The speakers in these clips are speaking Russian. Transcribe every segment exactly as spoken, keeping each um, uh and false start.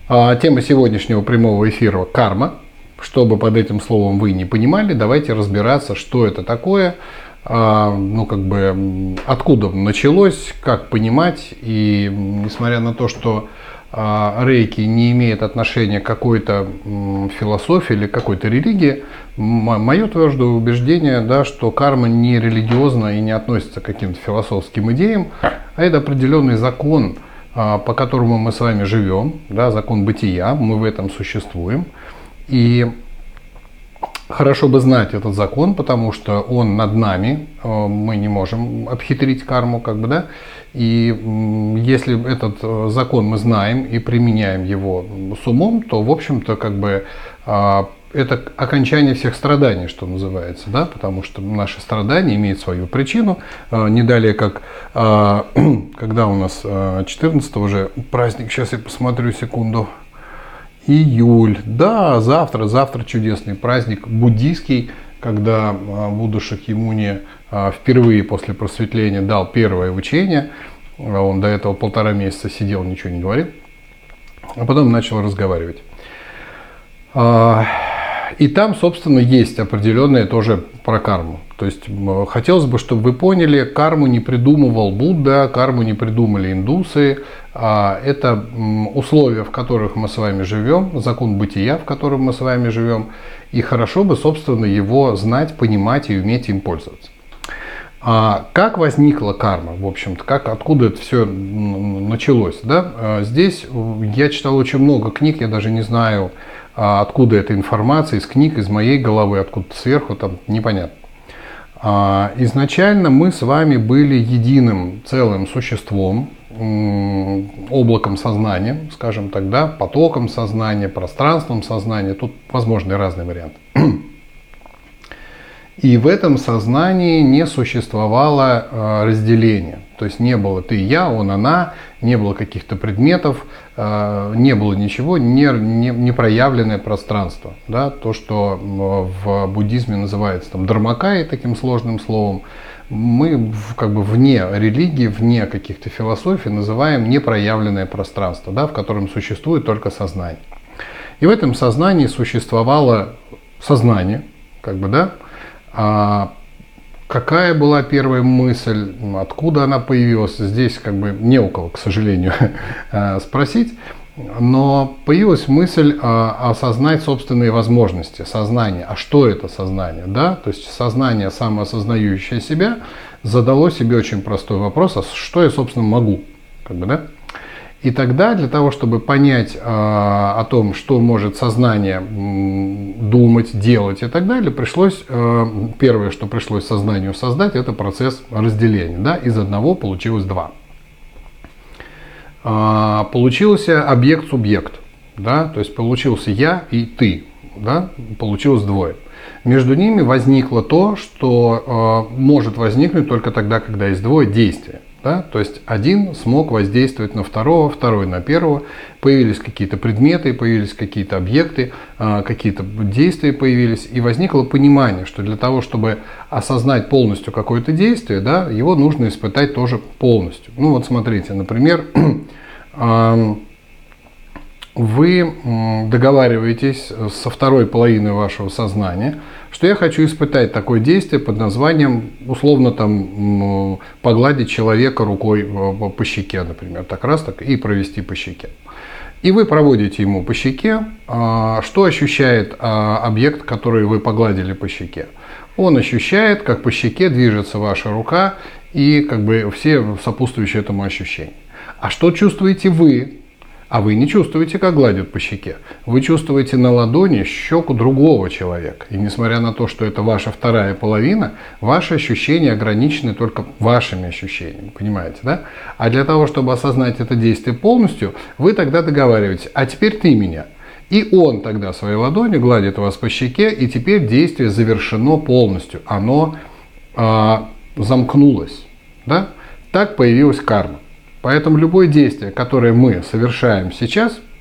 А, тема сегодняшнего прямого эфира – карма. Чтобы под этим словом вы не понимали, давайте разбираться, что это такое, а, ну как бы откуда началось, как понимать. И несмотря на то, что а, рейки не имеет отношения к какой-то м, философии или какой-то религии, мое твердое убеждение, да, что карма не религиозна и не относится к каким-то философским идеям, а это определенный закон, а, по которому мы с вами живем, да, закон бытия, мы в этом существуем. И хорошо бы знать этот закон, потому что он над нами, мы не можем обхитрить карму, как бы, да. И если этот закон мы знаем и применяем его с умом, то, в общем-то, как бы это окончание всех страданий, что называется, да, потому что наши страдания имеют свою причину. Не далее, как когда у нас четырнадцатого уже праздник, сейчас я посмотрю, секунду. Июль. Да, завтра, завтра чудесный праздник буддийский, когда Будда Шакьямуни впервые после просветления дал первое учение. Он до этого полтора месяца сидел, ничего не говорил, а потом начал разговаривать. И там, собственно, есть определенное тоже про карму. То есть хотелось бы, чтобы вы поняли, карму не придумывал Будда, карму не придумали индусы. Это условия, в которых мы с вами живем, закон бытия, в котором мы с вами живем. И хорошо бы, собственно, его знать, понимать и уметь им пользоваться. Как возникла карма, в общем-то, как, откуда это все началось? Да? Здесь я читал очень много книг, я даже не знаю, откуда эта информация, из книг, из моей головы, откуда-то сверху, там непонятно. Изначально мы с вами были единым целым существом, облаком сознания, скажем так, да, потоком сознания, пространством сознания, тут возможны разные варианты. И в этом сознании не существовало разделения. То есть не было ты, я, он, она, не было каких-то предметов, не было ничего, не, не, не проявленное пространство. Да? То, что в буддизме называется там, дharmakaya, таким сложным словом, мы как бы вне религии, вне каких-то философий называем непроявленное пространство, да, в котором существует только сознание. И в этом сознании существовало сознание, как бы, да. А какая была первая мысль, откуда она появилась, здесь как бы не у кого, к сожалению, спросить, но появилась мысль осознать собственные возможности, сознание. А что это сознание? Да? То есть сознание, самоосознающее себя, задало себе очень простой вопрос, а что я, собственно, могу? Как бы, да? И тогда для того, чтобы понять э, о том, что может сознание м, думать, делать и так далее, пришлось, э, первое, что пришлось сознанию создать, это процесс разделения. Да? Из одного получилось два. Э, получился объект-субъект, да? То есть получился я и ты, да? Получилось двое. Между ними возникло то, что э, может возникнуть только тогда, когда есть двое действия. Да? То есть один смог воздействовать на второго, второй на первого, появились какие-то предметы, появились какие-то объекты, какие-то действия появились, и возникло понимание, что для того, чтобы осознать полностью какое-то действие, да, его нужно испытать тоже полностью. Ну вот смотрите, например, вы договариваетесь со второй половиной вашего сознания, что я хочу испытать такое действие под названием, условно, там, погладить человека рукой по щеке, например, так раз, так, и провести по щеке. И вы проводите ему по щеке. Что ощущает объект, который вы погладили по щеке? Он ощущает, как по щеке движется ваша рука и как бы все сопутствующие этому ощущения. А что чувствуете вы? А вы не чувствуете, как гладят по щеке. Вы чувствуете на ладони щеку другого человека. И несмотря на то, что это ваша вторая половина, ваши ощущения ограничены только вашими ощущениями. Понимаете, да? А для того, чтобы осознать это действие полностью, вы тогда договариваетесь, а теперь ты меня. И он тогда своей ладонью гладит вас по щеке, и теперь действие завершено полностью. Оно э, замкнулось. Да? Так появилась карма. Поэтому любое действие, которое мы совершаем сейчас,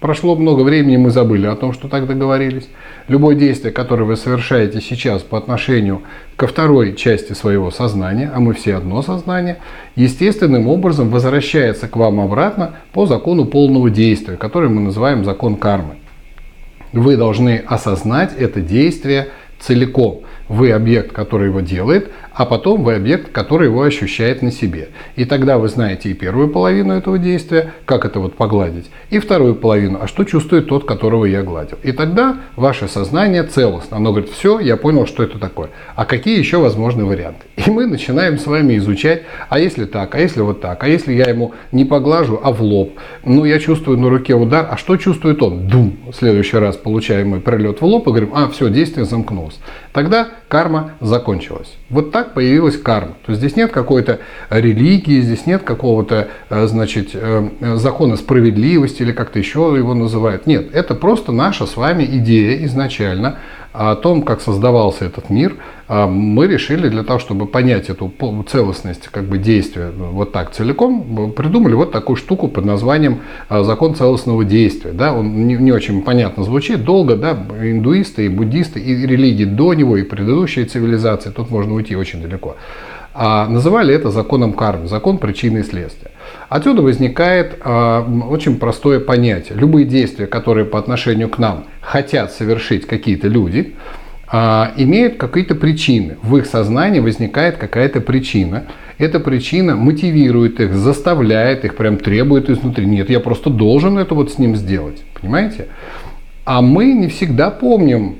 прошло много времени, мы забыли о том, что так договорились. Любое действие, которое вы совершаете сейчас по отношению ко второй части своего сознания, а мы все одно сознание, естественным образом возвращается к вам обратно по закону полного действия, который мы называем закон кармы. Вы должны осознать это действие целиком. Вы объект, который его делает, а потом вы объект, который его ощущает на себе. И тогда вы знаете и первую половину этого действия, как это вот погладить, и вторую половину, а что чувствует тот, которого я гладил. И тогда ваше сознание целостно. Оно говорит, все, я понял, что это такое. А какие еще возможны варианты? И мы начинаем с вами изучать, а если так, а если вот так, а если я ему не поглажу, а в лоб. Ну, я чувствую на руке удар, а что чувствует он? Дум. В следующий раз получаем мы прилет в лоб и говорим, а, все, действие замкнулось. Тогда карма закончилась. Вот так появилась карма. То есть здесь нет какой-то религии, здесь нет какого-то, значит, закона справедливости или как-то еще его называют. Нет, это просто наша с вами идея изначально о том, как создавался этот мир. Мы решили для того, чтобы понять эту целостность как бы действия вот так целиком, придумали вот такую штуку под названием закон целостного действия. Да, он не, не очень понятно звучит, долго, да, индуисты и буддисты, и религии до него, и предыдущие цивилизации, тут можно уйти очень далеко. А называли это законом кармы, закон причины и следствия. Отсюда возникает э, очень простое понятие. Любые действия, которые по отношению к нам хотят совершить какие-то люди, э, имеют какие-то причины. В их сознании возникает какая-то причина. Эта причина мотивирует их, заставляет их, прям требует изнутри. Нет, я просто должен это вот с ним сделать. Понимаете? А мы не всегда помним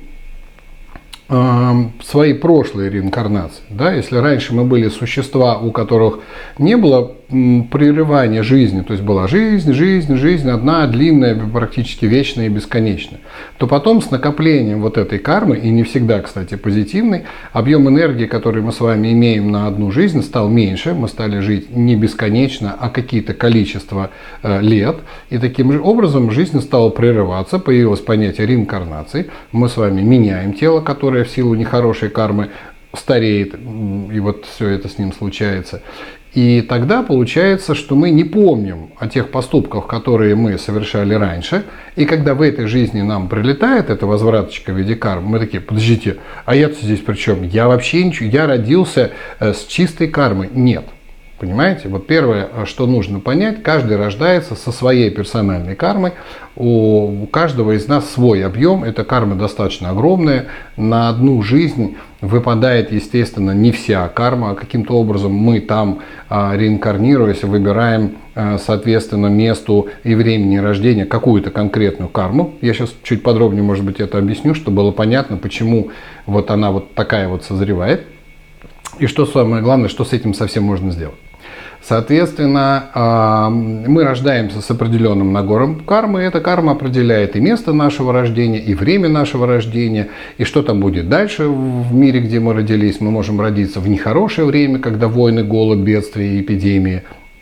свои прошлые реинкарнации. Да? Если раньше мы были существа, у которых не было прерывания жизни, то есть была жизнь, жизнь, жизнь, одна, длинная, практически вечная и бесконечная, то потом с накоплением вот этой кармы, и не всегда, кстати, позитивной, объем энергии, который мы с вами имеем на одну жизнь, стал меньше, мы стали жить не бесконечно, а какие-то количество лет, и таким же образом жизнь стала прерываться, появилось понятие реинкарнации, мы с вами меняем тело, которое в силу нехорошей кармы стареет, и вот все это с ним случается. И тогда получается, что мы не помним о тех поступках, которые мы совершали раньше. И когда в этой жизни нам прилетает эта возвраточка в виде кармы, мы такие, подождите, а я-то здесь при чем? Я вообще ничего, я родился с чистой кармой. Нет. Понимаете? Вот первое, что нужно понять, каждый рождается со своей персональной кармой. У каждого из нас свой объем. Эта карма достаточно огромная. На одну жизнь выпадает, естественно, не вся карма. Каким-то образом мы там, реинкарнируясь, выбираем, соответственно, месту и времени рождения какую-то конкретную карму. Я сейчас чуть подробнее, может быть, это объясню, чтобы было понятно, почему вот она вот такая вот созревает. И что самое главное, что с этим совсем можно сделать. Соответственно, мы рождаемся с определенным набором кармы. Эта карма определяет и место нашего рождения, и время нашего рождения, и что там будет дальше в мире, где мы родились. Мы можем родиться в нехорошее время, когда войны, голод, бедствия, эпидемии.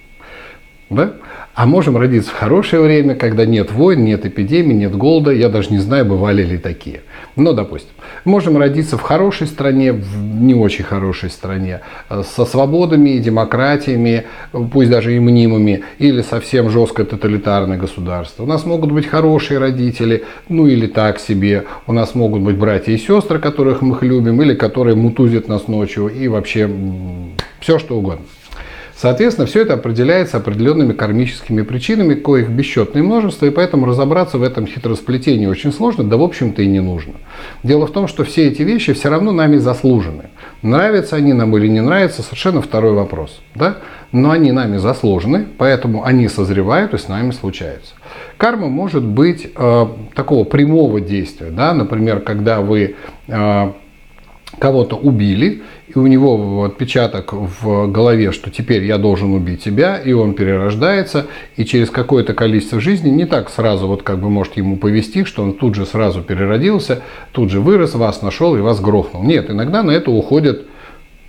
Да? А можем родиться в хорошее время, когда нет войн, нет эпидемий, нет голода. Я даже не знаю, бывали ли такие. Но, допустим, можем родиться в хорошей стране, в не очень хорошей стране, со свободами и демократиями, пусть даже и мнимыми, или совсем жесткое тоталитарное государство. У нас могут быть хорошие родители, ну или так себе. У нас могут быть братья и сестры, которых мы любим, или которые мутузят нас ночью, и вообще все что угодно. Соответственно, все это определяется определенными кармическими причинами, коих бесчетное множество, и поэтому разобраться в этом хитросплетении очень сложно, да в общем-то и не нужно. Дело в том, что все эти вещи все равно нами заслужены. Нравятся они нам или не нравятся, совершенно второй вопрос. Да? Но они нами заслужены, поэтому они созревают и с нами случаются. Карма может быть э, такого прямого действия. Да? Например, когда вы э, кого-то убили, и у него отпечаток в голове, что теперь я должен убить тебя, и он перерождается, и через какое-то количество жизней не так сразу вот как бы может ему повести, что он тут же сразу переродился, тут же вырос, вас нашел и вас грохнул. Нет, иногда на это уходит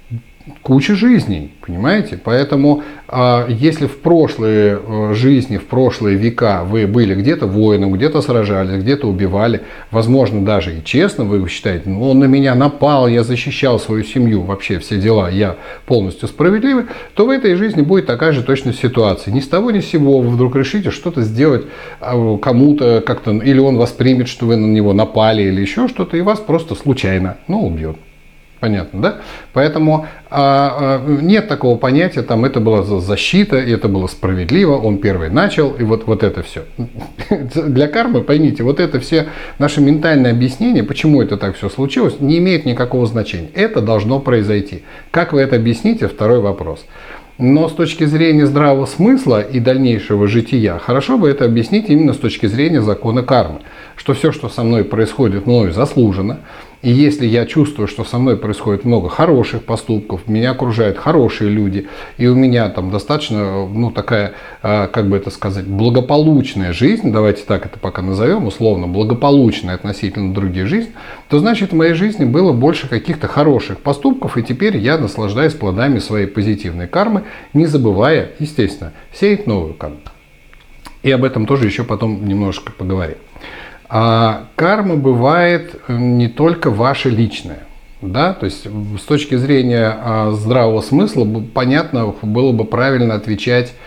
куча жизней, понимаете? Поэтому э, если в прошлые э, жизни, в прошлые века вы были где-то воином, где-то сражались, где-то убивали, возможно, даже и честно, вы считаете, ну, он на меня напал, я защищал свою семью, вообще все дела, я полностью справедливый, то в этой жизни будет такая же точно ситуация. Ни с того ни с сего вы вдруг решите что-то сделать э, кому-то как-то, или он воспримет, что вы на него напали, или еще что-то, и вас просто случайно, ну, убьет. Понятно, да? Поэтому а, а, нет такого понятия, там это была защита, и это было справедливо, он первый начал, и вот, вот это все. Для кармы, поймите, вот это все наши ментальные объяснения, почему это так все случилось, не имеет никакого значения. Это должно произойти. Как вы это объясните, второй вопрос. Но с точки зрения здравого смысла и дальнейшего жития, хорошо бы это объяснить именно с точки зрения закона кармы. Что все, что со мной происходит, мною заслужено. И если я чувствую, что со мной происходит много хороших поступков, меня окружают хорошие люди, и у меня там достаточно, ну, такая, как бы это сказать, благополучная жизнь, давайте так это пока назовем, условно, благополучная относительно других жизней, то значит в моей жизни было больше каких-то хороших поступков, и теперь я наслаждаюсь плодами своей позитивной кармы, не забывая, естественно, сеять новую карму. И об этом тоже еще потом немножко поговорим. А карма бывает не только ваша личная. Да? То есть с точки зрения а, здравого смысла, понятно, было бы правильно отвечать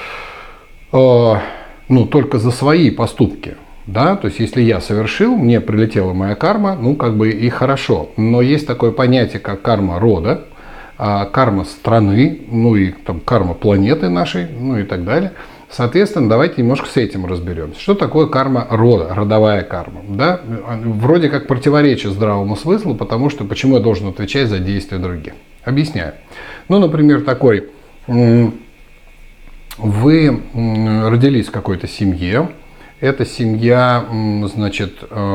а, ну, только за свои поступки. Да? То есть если я совершил, мне прилетела моя карма, ну как бы и хорошо. Но есть такое понятие, как карма рода, а, карма страны, ну и там, карма планеты нашей, ну и так далее. Соответственно, давайте немножко с этим разберемся. Что такое карма рода, родовая карма? Да? Вроде как противоречит здравому смыслу, потому что почему я должен отвечать за действия других? Объясняю. Ну, например, такой, вы родились в какой-то семье, эта семья, значит,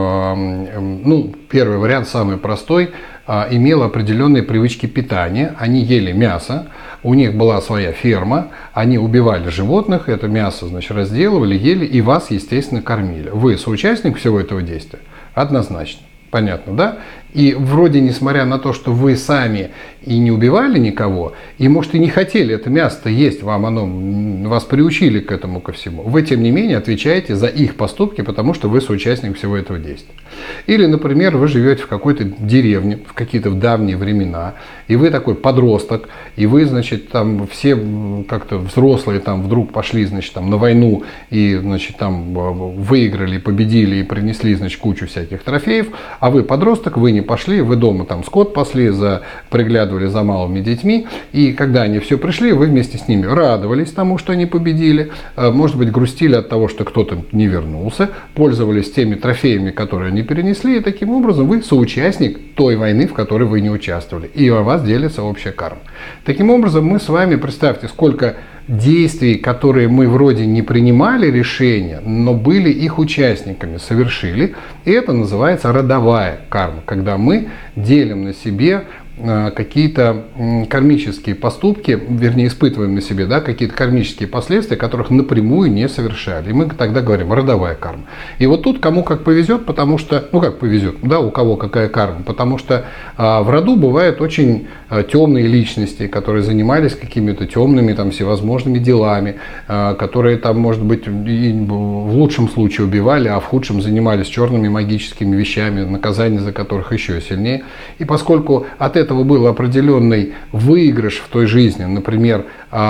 ну, первый вариант, самый простой, имела определенные привычки питания. Они ели мясо, у них была своя ферма, они убивали животных, это мясо, значит, разделывали, ели и вас, естественно, кормили. Вы соучастник всего этого действия? Однозначно. Понятно, да? И вроде, несмотря на то, что вы сами и не убивали никого, и, может, и не хотели это мясо есть, вам оно, вас приучили к этому, ко всему, вы, тем не менее, отвечаете за их поступки, потому что вы соучастник всего этого действия. Или, например, вы живете в какой-то деревне, в какие-то в давние времена, и вы такой подросток, и вы, значит, там все как-то взрослые там вдруг пошли, значит, там на войну, и, значит, там выиграли, победили и принесли, значит, кучу всяких трофеев, а вы подросток, вы не пошли, вы дома там скот пасли, за, приглядывали за малыми детьми, и когда они все пришли, вы вместе с ними радовались тому, что они победили, может быть, грустили от того, что кто-то не вернулся, пользовались теми трофеями, которые они перенесли, и таким образом вы соучастник той войны, в которой вы не участвовали, и о вас делится общая карма. Таким образом, мы с вами, представьте, сколько действий, которые мы вроде не принимали решения, но были их участниками, совершили. И это называется родовая карма, когда мы делим на себе какие-то кармические поступки, вернее, испытываем на себе, да, какие-то кармические последствия, которых напрямую не совершали. И мы тогда говорим родовая карма. И вот тут кому как повезет, потому что, ну как повезет, да, у кого какая карма, потому что а, в роду бывают очень а, темные личности, которые занимались какими-то темными там всевозможными делами, а, которые там, может быть, и в лучшем случае убивали, а в худшем занимались черными магическими вещами, наказание за которых еще сильнее. И поскольку от этого был определенный выигрыш в той жизни, например,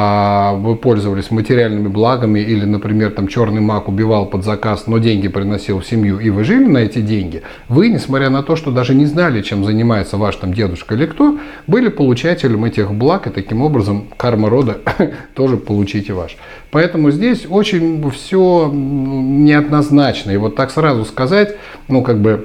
вы пользовались материальными благами, или, например, там черный маг убивал под заказ, но деньги приносил в семью, и вы жили на эти деньги, вы, несмотря на то, что даже не знали, чем занимается ваш там дедушка или кто, были получателем этих благ, и таким образом карма рода тоже получите ваш. Поэтому здесь очень все неоднозначно, и вот так сразу сказать, ну как бы,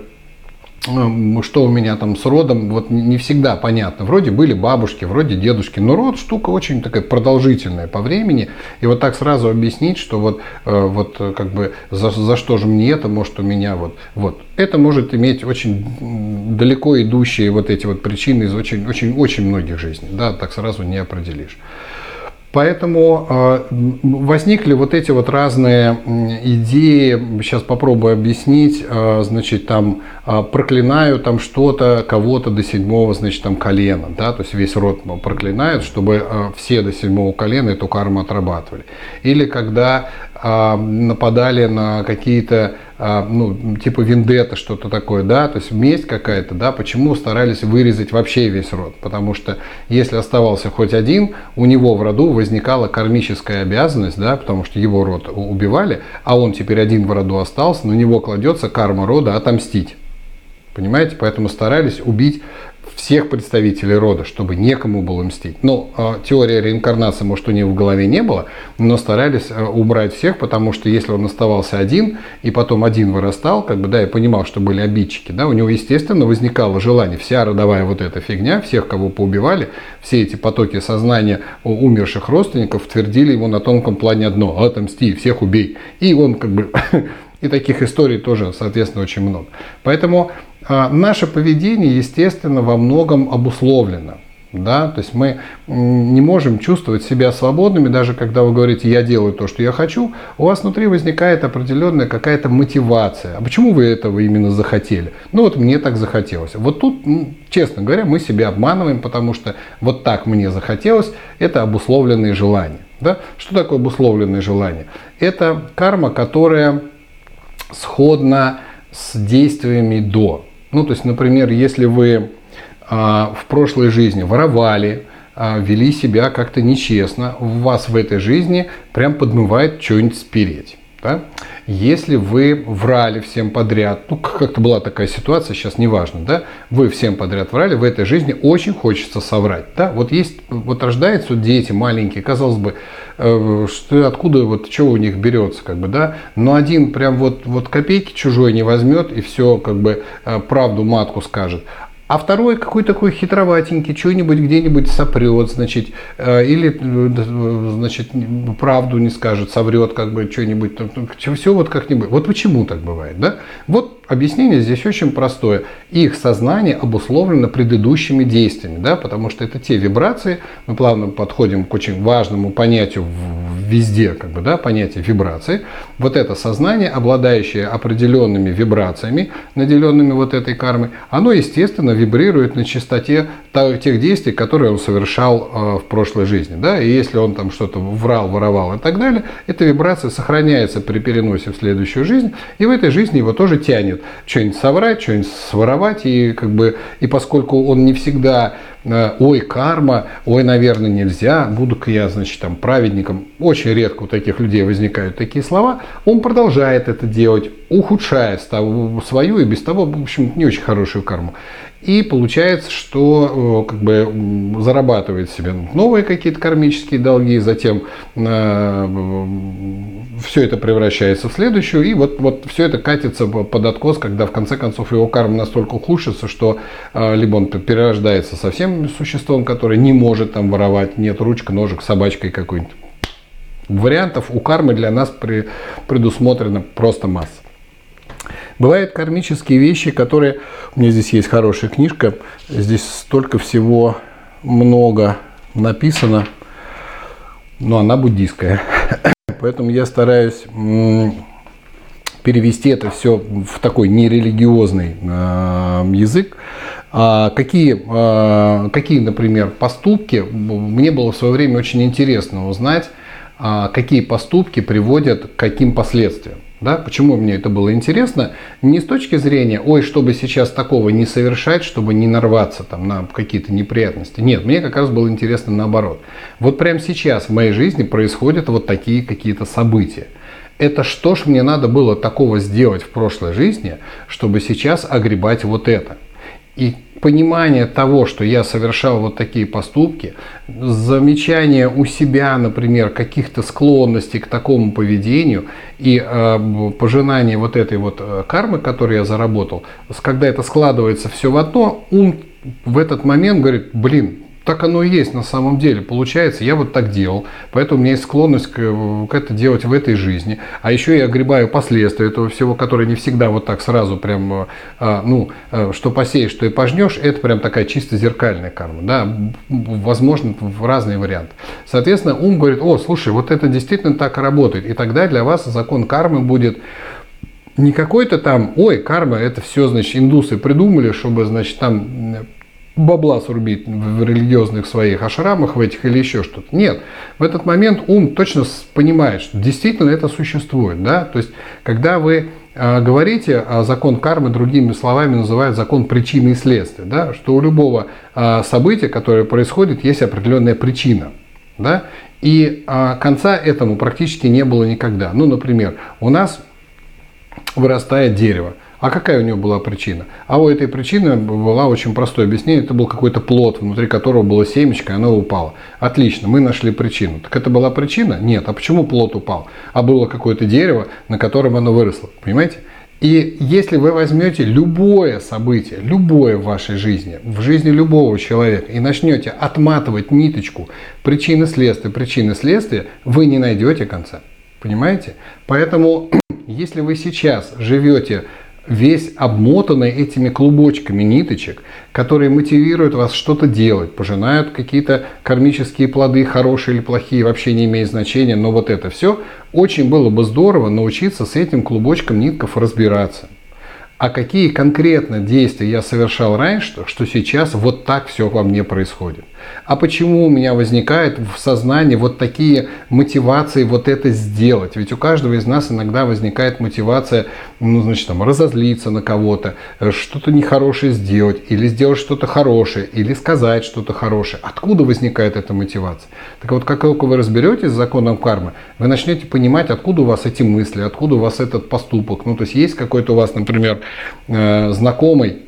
что у меня там с родом, вот не всегда понятно. Вроде были бабушки, вроде дедушки, но род штука очень такая продолжительная по времени. И вот так сразу объяснить, что вот, вот как бы за, за что же мне это, может у меня вот, вот. Это может иметь очень далеко идущие вот эти вот причины из очень, очень, очень многих жизней. Да, так сразу не определишь. Поэтому э, возникли вот эти вот разные идеи, сейчас попробую объяснить, э, значит, там э, проклинаю там что-то, кого-то до седьмого, значит, там колена, да, то есть весь род проклинают, чтобы э, все до седьмого колена эту карму отрабатывали. Или когда э, нападали на какие-то, э, ну, типа вендетта, что-то такое, да, то есть месть какая-то, да, почему старались вырезать вообще весь род? Потому что если оставался хоть один, у него в роду возникала кармическая обязанность, да, потому что его род убивали, а он теперь один в роду остался, на него кладется карма рода отомстить. Понимаете? Поэтому старались убить всех представителей рода, чтобы некому было мстить. Ну, теория реинкарнации, может, у него в голове не было, но старались убрать всех, потому что если он оставался один, и потом один вырастал, как бы, да, и понимал, что были обидчики, да, у него, естественно, возникало желание, вся родовая вот эта фигня, всех, кого поубивали, все эти потоки сознания умерших родственников твердили ему на тонком плане одно: отомсти, всех убей. И он, как бы, и таких историй тоже, соответственно, очень много. Поэтому а, наше поведение, естественно, во многом обусловлено. Да? То есть мы не можем чувствовать себя свободными, даже когда вы говорите «я делаю то, что я хочу», у вас внутри возникает определенная какая-то мотивация. А почему вы этого именно захотели? Ну вот мне так захотелось. Вот тут, честно говоря, мы себя обманываем, потому что вот так мне захотелось, это обусловленные желания. Да? Что такое обусловленные желания? Это карма, которая сходна с действиями до. Ну, то есть, например, если вы а, в прошлой жизни воровали, а, вели себя как-то нечестно, у вас в этой жизни прям подмывает что-нибудь спереть. Да? Если вы врали всем подряд, ну как-то была такая ситуация, сейчас неважно, да, вы всем подряд врали, в этой жизни очень хочется соврать, да, вот есть, вот рождаются дети маленькие, казалось бы, э, что откуда, вот, что у них берется, как бы, да, но один прям вот, вот копейки чужой не возьмет и все, как бы, э, правду матку скажет. А второй какой-то такой хитроватенький, что-нибудь где-нибудь сопрет, значит, или, значит, правду не скажет, соврет, как бы, что-нибудь, все вот как-нибудь. Вот почему так бывает, да? Вот объяснение здесь очень простое. Их сознание обусловлено предыдущими действиями, да, потому что это те вибрации, мы плавно подходим к очень важному понятию везде, как бы, да, понятие вибрации. Вот это сознание, обладающее определенными вибрациями, наделенными вот этой кармой, оно, естественно, вибрирует на частоте тех действий, которые он совершал э, в прошлой жизни. Да? И если он там что-то врал, воровал и так далее, эта вибрация сохраняется при переносе в следующую жизнь, и в этой жизни его тоже тянет что-нибудь соврать, что-нибудь своровать, и, как бы, и поскольку он не всегда э, ой, карма, ой, наверное, нельзя, буду-ка я, значит, там, праведником, очень редко у таких людей возникают такие слова, он продолжает это делать, ухудшая свою и без того, в общем, не очень хорошую карму. И получается, что, как бы, зарабатывает себе новые какие-то кармические долги, затем э, все это превращается в следующую, и вот, вот все это катится под откос, когда в конце концов его карма настолько ухудшится, что э, либо он перерождается совсем существом, которое не может там воровать, нет ручка, ножик, собачкой какой-нибудь. Вариантов у кармы для нас при, предусмотрено просто масса. Бывают кармические вещи, которые... У меня здесь есть хорошая книжка, здесь столько всего много написано, но она буддийская. Поэтому я стараюсь перевести это все в такой нерелигиозный язык. Какие, какие, например, поступки... Мне было в свое время очень интересно узнать, какие поступки приводят к каким последствиям. Да? Почему мне это было интересно? Не с точки зрения, ой, чтобы сейчас такого не совершать, чтобы не нарваться там, на какие-то неприятности. Нет, мне как раз было интересно наоборот. Вот прямо сейчас в моей жизни происходят вот такие какие-то события. Это что ж мне надо было такого сделать в прошлой жизни, чтобы сейчас огребать вот это? И понимание того, что я совершал вот такие поступки, замечание у себя, например, каких-то склонностей к такому поведению и э, пожинание вот этой вот кармы, которую я заработал, когда это складывается все в одно, ум в этот момент говорит, блин, так оно и есть на самом деле. Получается, я вот так делал, поэтому у меня есть склонность к, к это делать в этой жизни. А еще я огребаю последствия этого всего, которые не всегда вот так сразу прям, а, ну, что посеешь, что и пожнешь, это прям такая чисто зеркальная карма. Да? Возможно, в разные варианты. Соответственно, ум говорит: о, слушай, вот это действительно так и работает. И тогда для вас закон кармы будет не какой-то там, ой, карма, это все, значит, индусы придумали, чтобы, значит, там бабла срубить в религиозных своих ашрамах в этих или еще что-то. Нет, в этот момент ум точно понимает, что действительно это существует. Да? То есть, когда вы э, говорите о закон кармы, другими словами называют закон причины и следствия, да? Что у любого э, события, которое происходит, есть определенная причина. Да? И э, конца этому практически не было никогда. Ну, например, у нас вырастает дерево. А какая у него была причина? А у этой причины была очень простое объяснение. Это был какой-то плод, внутри которого было семечко, и оно упало. Отлично, мы нашли причину. Так это была причина? Нет. А почему плод упал? А было какое-то дерево, на котором оно выросло. Понимаете? И если вы возьмете любое событие, любое в вашей жизни, в жизни любого человека, и начнете отматывать ниточку причины следствия, причины следствия, вы не найдете конца. Понимаете? Поэтому, если вы сейчас живете весь обмотанный этими клубочками ниточек, которые мотивируют вас что-то делать, пожинают какие-то кармические плоды, хорошие или плохие, вообще не имеет значения, но вот это все, очень было бы здорово научиться с этим клубочком нитков разбираться. А какие конкретно действия я совершал раньше, что сейчас вот так все во мне происходит? А почему у меня возникает в сознании вот такие мотивации вот это сделать? Ведь у каждого из нас иногда возникает мотивация, ну, значит, там, разозлиться на кого-то, что-то нехорошее сделать, или сделать что-то хорошее, или сказать что-то хорошее. Откуда возникает эта мотивация? Так вот, как только вы разберетесь с законом кармы, вы начнете понимать, откуда у вас эти мысли, откуда у вас этот поступок. Ну, то есть есть какой-то у вас, например, знакомый,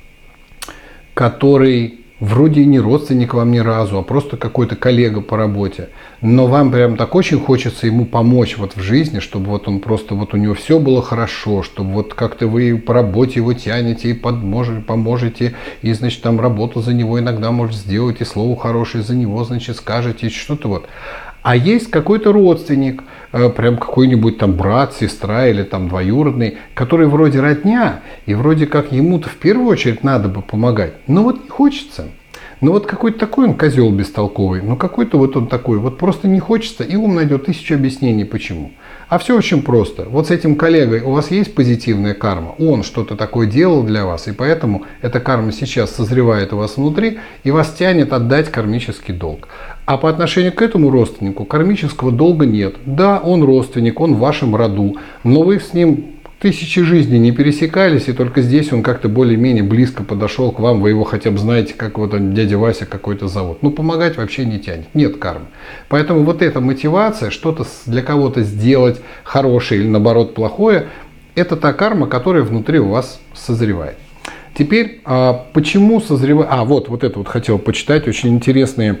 который вроде не родственник вам ни разу, а просто какой-то коллега по работе, но вам прям так очень хочется ему помочь вот в жизни, чтобы вот он просто, вот у него все было хорошо, чтобы вот как-то вы по работе его тянете и подможете, поможете, и, значит, там работу за него иногда может сделать, и слово хорошее за него, значит, скажете, что-то вот. А есть какой-то родственник, прям какой-нибудь там брат, сестра или там двоюродный, который вроде родня, и вроде как ему-то в первую очередь надо бы помогать, но вот не хочется. Ну вот какой-то такой он козел бестолковый, ну какой-то вот он такой, вот просто не хочется, и ум найдет тысячу объяснений почему. А все очень просто. Вот с этим коллегой у вас есть позитивная карма, он что-то такое делал для вас, и поэтому эта карма сейчас созревает у вас внутри и вас тянет отдать кармический долг. А по отношению к этому родственнику кармического долга нет. Да, он родственник, он в вашем роду, но вы с ним тысячи жизней не пересекались, и только здесь он как-то более-менее близко подошел к вам, вы его хотя бы знаете, как вот он, дядя Вася какой-то зовут. Ну, помогать вообще не тянет, нет кармы. Поэтому вот эта мотивация, что-то для кого-то сделать хорошее или наоборот плохое, это та карма, которая внутри у вас созревает. Теперь, почему созревает... А, вот, вот это вот хотел почитать, очень интересные...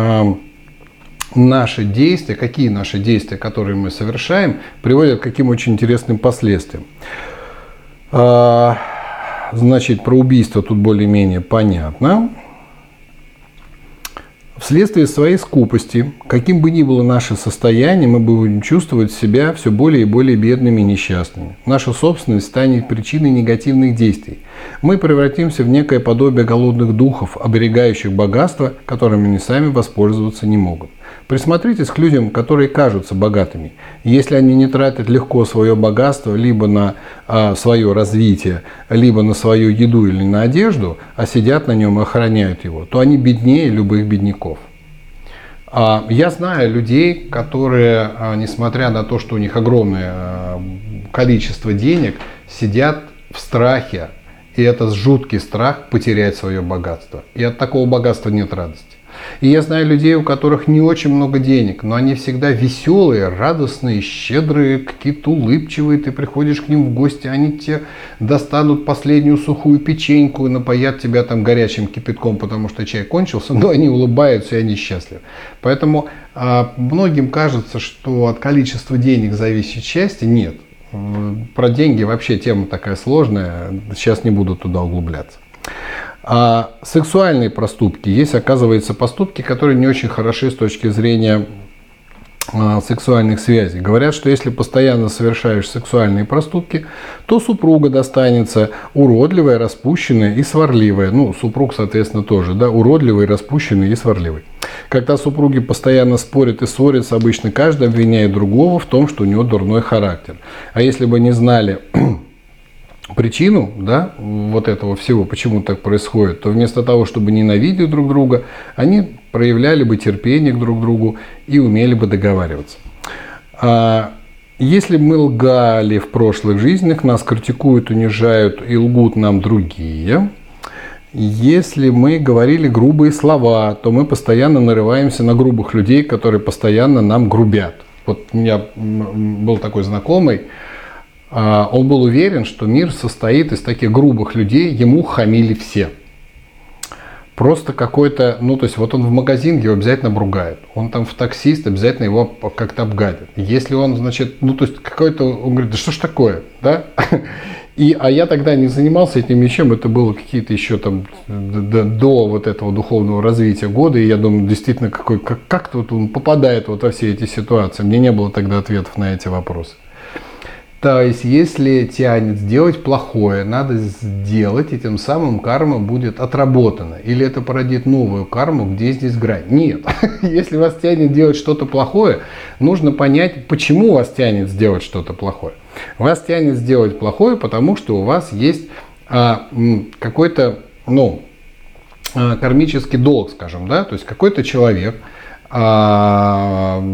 Наши действия, какие наши действия, которые мы совершаем, приводят к каким очень интересным последствиям. Значит, про убийство тут более-менее понятно. Вследствие своей скупости, каким бы ни было наше состояние, мы будем чувствовать себя все более и более бедными и несчастными. Наша собственность станет причиной негативных действий. Мы превратимся в некое подобие голодных духов, оберегающих богатство, которыми они сами воспользоваться не могут. Присмотритесь к людям, которые кажутся богатыми. Если они не тратят легко свое богатство либо на а, свое развитие, либо на свою еду или на одежду, а сидят на нем и охраняют его, то они беднее любых бедняков. А, я знаю людей, которые, а, несмотря на то, что у них огромное а, количество денег, сидят в страхе. И это жуткий страх потерять свое богатство. И от такого богатства нет радости. И я знаю людей, у которых не очень много денег, но они всегда веселые, радостные, щедрые, какие-то улыбчивые. Ты приходишь к ним в гости, они тебе достанут последнюю сухую печеньку и напоят тебя там горячим кипятком, потому что чай кончился, но они улыбаются и они счастливы. Поэтому а, многим кажется, что от количества денег зависит счастье. Нет. Про деньги вообще тема такая сложная, сейчас не буду туда углубляться. А сексуальные проступки. Есть, оказывается, поступки, которые не очень хороши с точки зрения сексуальных связей. Говорят, что если постоянно совершаешь сексуальные проступки, то супруга достанется уродливая, распущенная и сварливая. Ну, супруг, соответственно, тоже, да, уродливый, распущенный и сварливый. Когда супруги постоянно спорят и ссорятся, обычно каждый обвиняет другого в том, что у него дурной характер. А если бы не знали причину, да, вот этого всего, почему так происходит, то вместо того, чтобы ненавидеть друг друга, они проявляли бы терпение к друг другу и умели бы договариваться. А если мы лгали в прошлых жизнях, нас критикуют, унижают и лгут нам другие. Если мы говорили грубые слова, то мы постоянно нарываемся на грубых людей, которые постоянно нам грубят. Вот у меня был такой знакомый, он был уверен, что мир состоит из таких грубых людей, ему хамили все. Просто какой-то, ну то есть вот он в магазин, его обязательно обругают. Он там в таксист, обязательно его как-то обгадят. Если он, значит, ну то есть какой-то, он говорит, да что ж такое, да? И, а я тогда не занимался этим вещем, это было какие-то еще там до, до вот этого духовного развития года, и я думаю, действительно, какой, как, как-то вот он попадает вот во все эти ситуации. Мне не было тогда ответов на эти вопросы. То есть, если тянет сделать плохое, надо сделать, и тем самым карма будет отработана. Или это породит новую карму, где здесь грань. Нет. Если вас тянет делать что-то плохое, нужно понять, почему вас тянет сделать что-то плохое. Вас тянет сделать плохое, потому что у вас есть а, какой-то, ну, а, кармический долг, скажем, да, то есть какой-то человек а,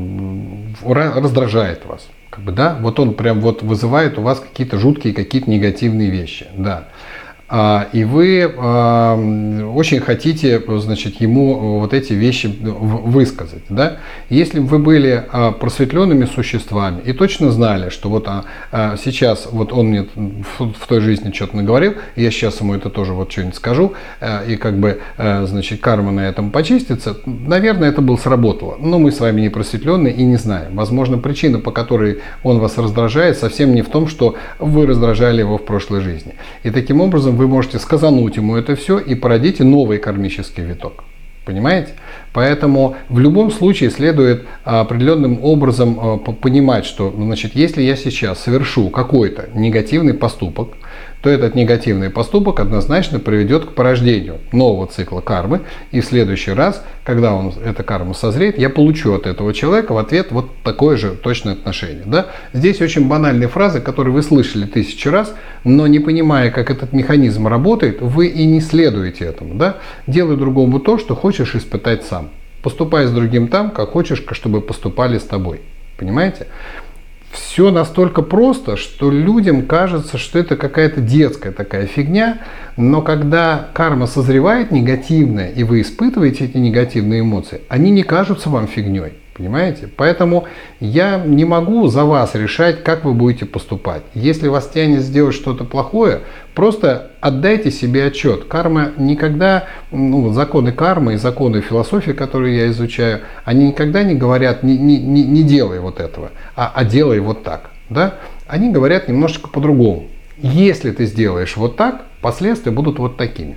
раздражает вас. Как бы, да, вот он прям вот вызывает у вас какие-то жуткие, какие-то негативные вещи, да. А, и вы а, очень хотите, значит, ему вот эти вещи высказать, да. Если бы вы были а, просветленными существами и точно знали, что вот а, а, сейчас вот он мне в, в той жизни что-то наговорил, я сейчас ему это тоже вот что-нибудь скажу, а, и как бы, а, значит, карма на этом почистится, наверное, это бы сработало. Но мы с вами не просветленные и не знаем. Возможно, причина, по которой он вас раздражает, совсем не в том, что вы раздражали его в прошлой жизни. И таким образом вы можете сказануть ему это все и породите новый кармический виток. Понимаете? Поэтому в любом случае следует определенным образом понимать, что, значит, если я сейчас совершу какой-то негативный поступок, то этот негативный поступок однозначно приведет к порождению нового цикла кармы. И в следующий раз, когда он, эта карма созреет, я получу от этого человека в ответ вот такое же точное отношение. Да? Здесь очень банальные фразы, которые вы слышали тысячи раз, но не понимая, как этот механизм работает, вы и не следуете этому. Да? Делай другому то, что хочешь испытать сам. Поступай с другим там, как хочешь, чтобы поступали с тобой. Понимаете? Все настолько просто, что людям кажется, что это какая-то детская такая фигня, но когда карма созревает негативная, и вы испытываете эти негативные эмоции, они не кажутся вам фигней. Понимаете? Поэтому я не могу за вас решать, как вы будете поступать. Если вас тянет сделать что-то плохое, просто отдайте себе отчет. Карма никогда, ну, законы кармы и законы философии, которые я изучаю, они никогда не говорят не, не, не, не делай вот этого, а, а делай вот так. Да? Они говорят немножечко по-другому. Если ты сделаешь вот так, последствия будут вот такими.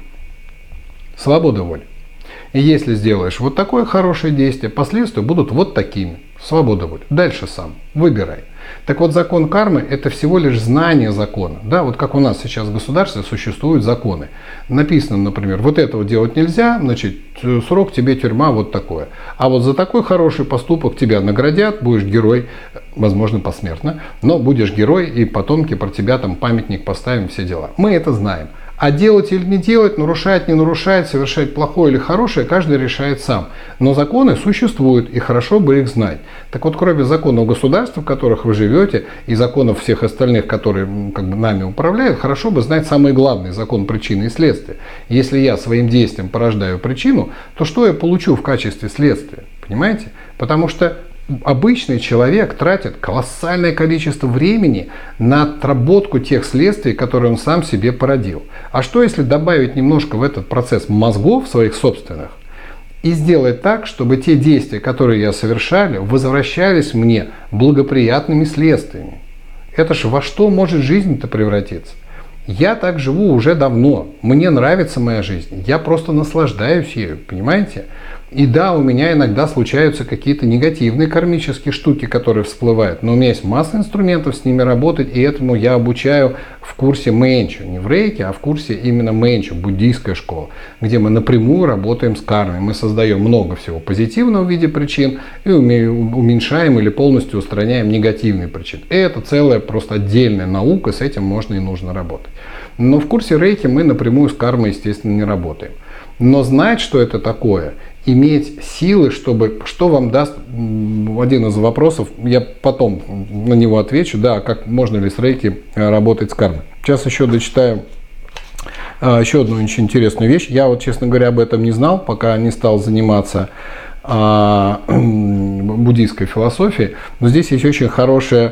Свобода воли. И если сделаешь вот такое хорошее действие, последствия будут вот такими. Свобода воли. Дальше сам. Выбирай. Так вот, закон кармы – это всего лишь знание закона. Да, вот как у нас сейчас в государстве существуют законы. Написано, например, вот этого делать нельзя, значит, срок тебе тюрьма вот такое. А вот за такой хороший поступок тебя наградят, будешь герой, возможно, посмертно, но будешь герой, и потомки про тебя там памятник поставим, все дела. Мы это знаем. А делать или не делать, нарушать, не нарушать, совершать плохое или хорошее, каждый решает сам. Но законы существуют, и хорошо бы их знать. Так вот, кроме законов государства, в которых вы живете, и законов всех остальных, которые как бы нами управляют, хорошо бы знать самый главный закон причины и следствия. Если я своим действием порождаю причину, то что я получу в качестве следствия? Понимаете? Потому что обычный человек тратит колоссальное количество времени на отработку тех следствий, которые он сам себе породил. А что если добавить немножко в этот процесс мозгов своих собственных и сделать так, чтобы те действия, которые я совершали, возвращались мне благоприятными следствиями? Это ж во что может жизнь-то превратиться? Я так живу уже давно, мне нравится моя жизнь, я просто наслаждаюсь ею, понимаете? И да, у меня иногда случаются какие-то негативные кармические штуки, которые всплывают, но у меня есть масса инструментов с ними работать, и этому я обучаю в курсе Мэнчо, не в рейке, а в курсе именно Мэнчо, буддийская школа, где мы напрямую работаем с кармой, мы создаем много всего позитивного в виде причин и уменьшаем или полностью устраняем негативные причины. Это целая просто отдельная наука, с этим можно и нужно работать. Но в курсе рейки мы напрямую с кармой, естественно, не работаем. Но знать, что это такое, иметь силы, чтобы, что вам даст, один из вопросов, я потом на него отвечу, да, как можно ли с рейки работать с кармой. Сейчас еще дочитаю еще одну очень интересную вещь. Я вот, честно говоря, об этом не знал, пока не стал заниматься а, буддийской философией. Но здесь есть очень хорошая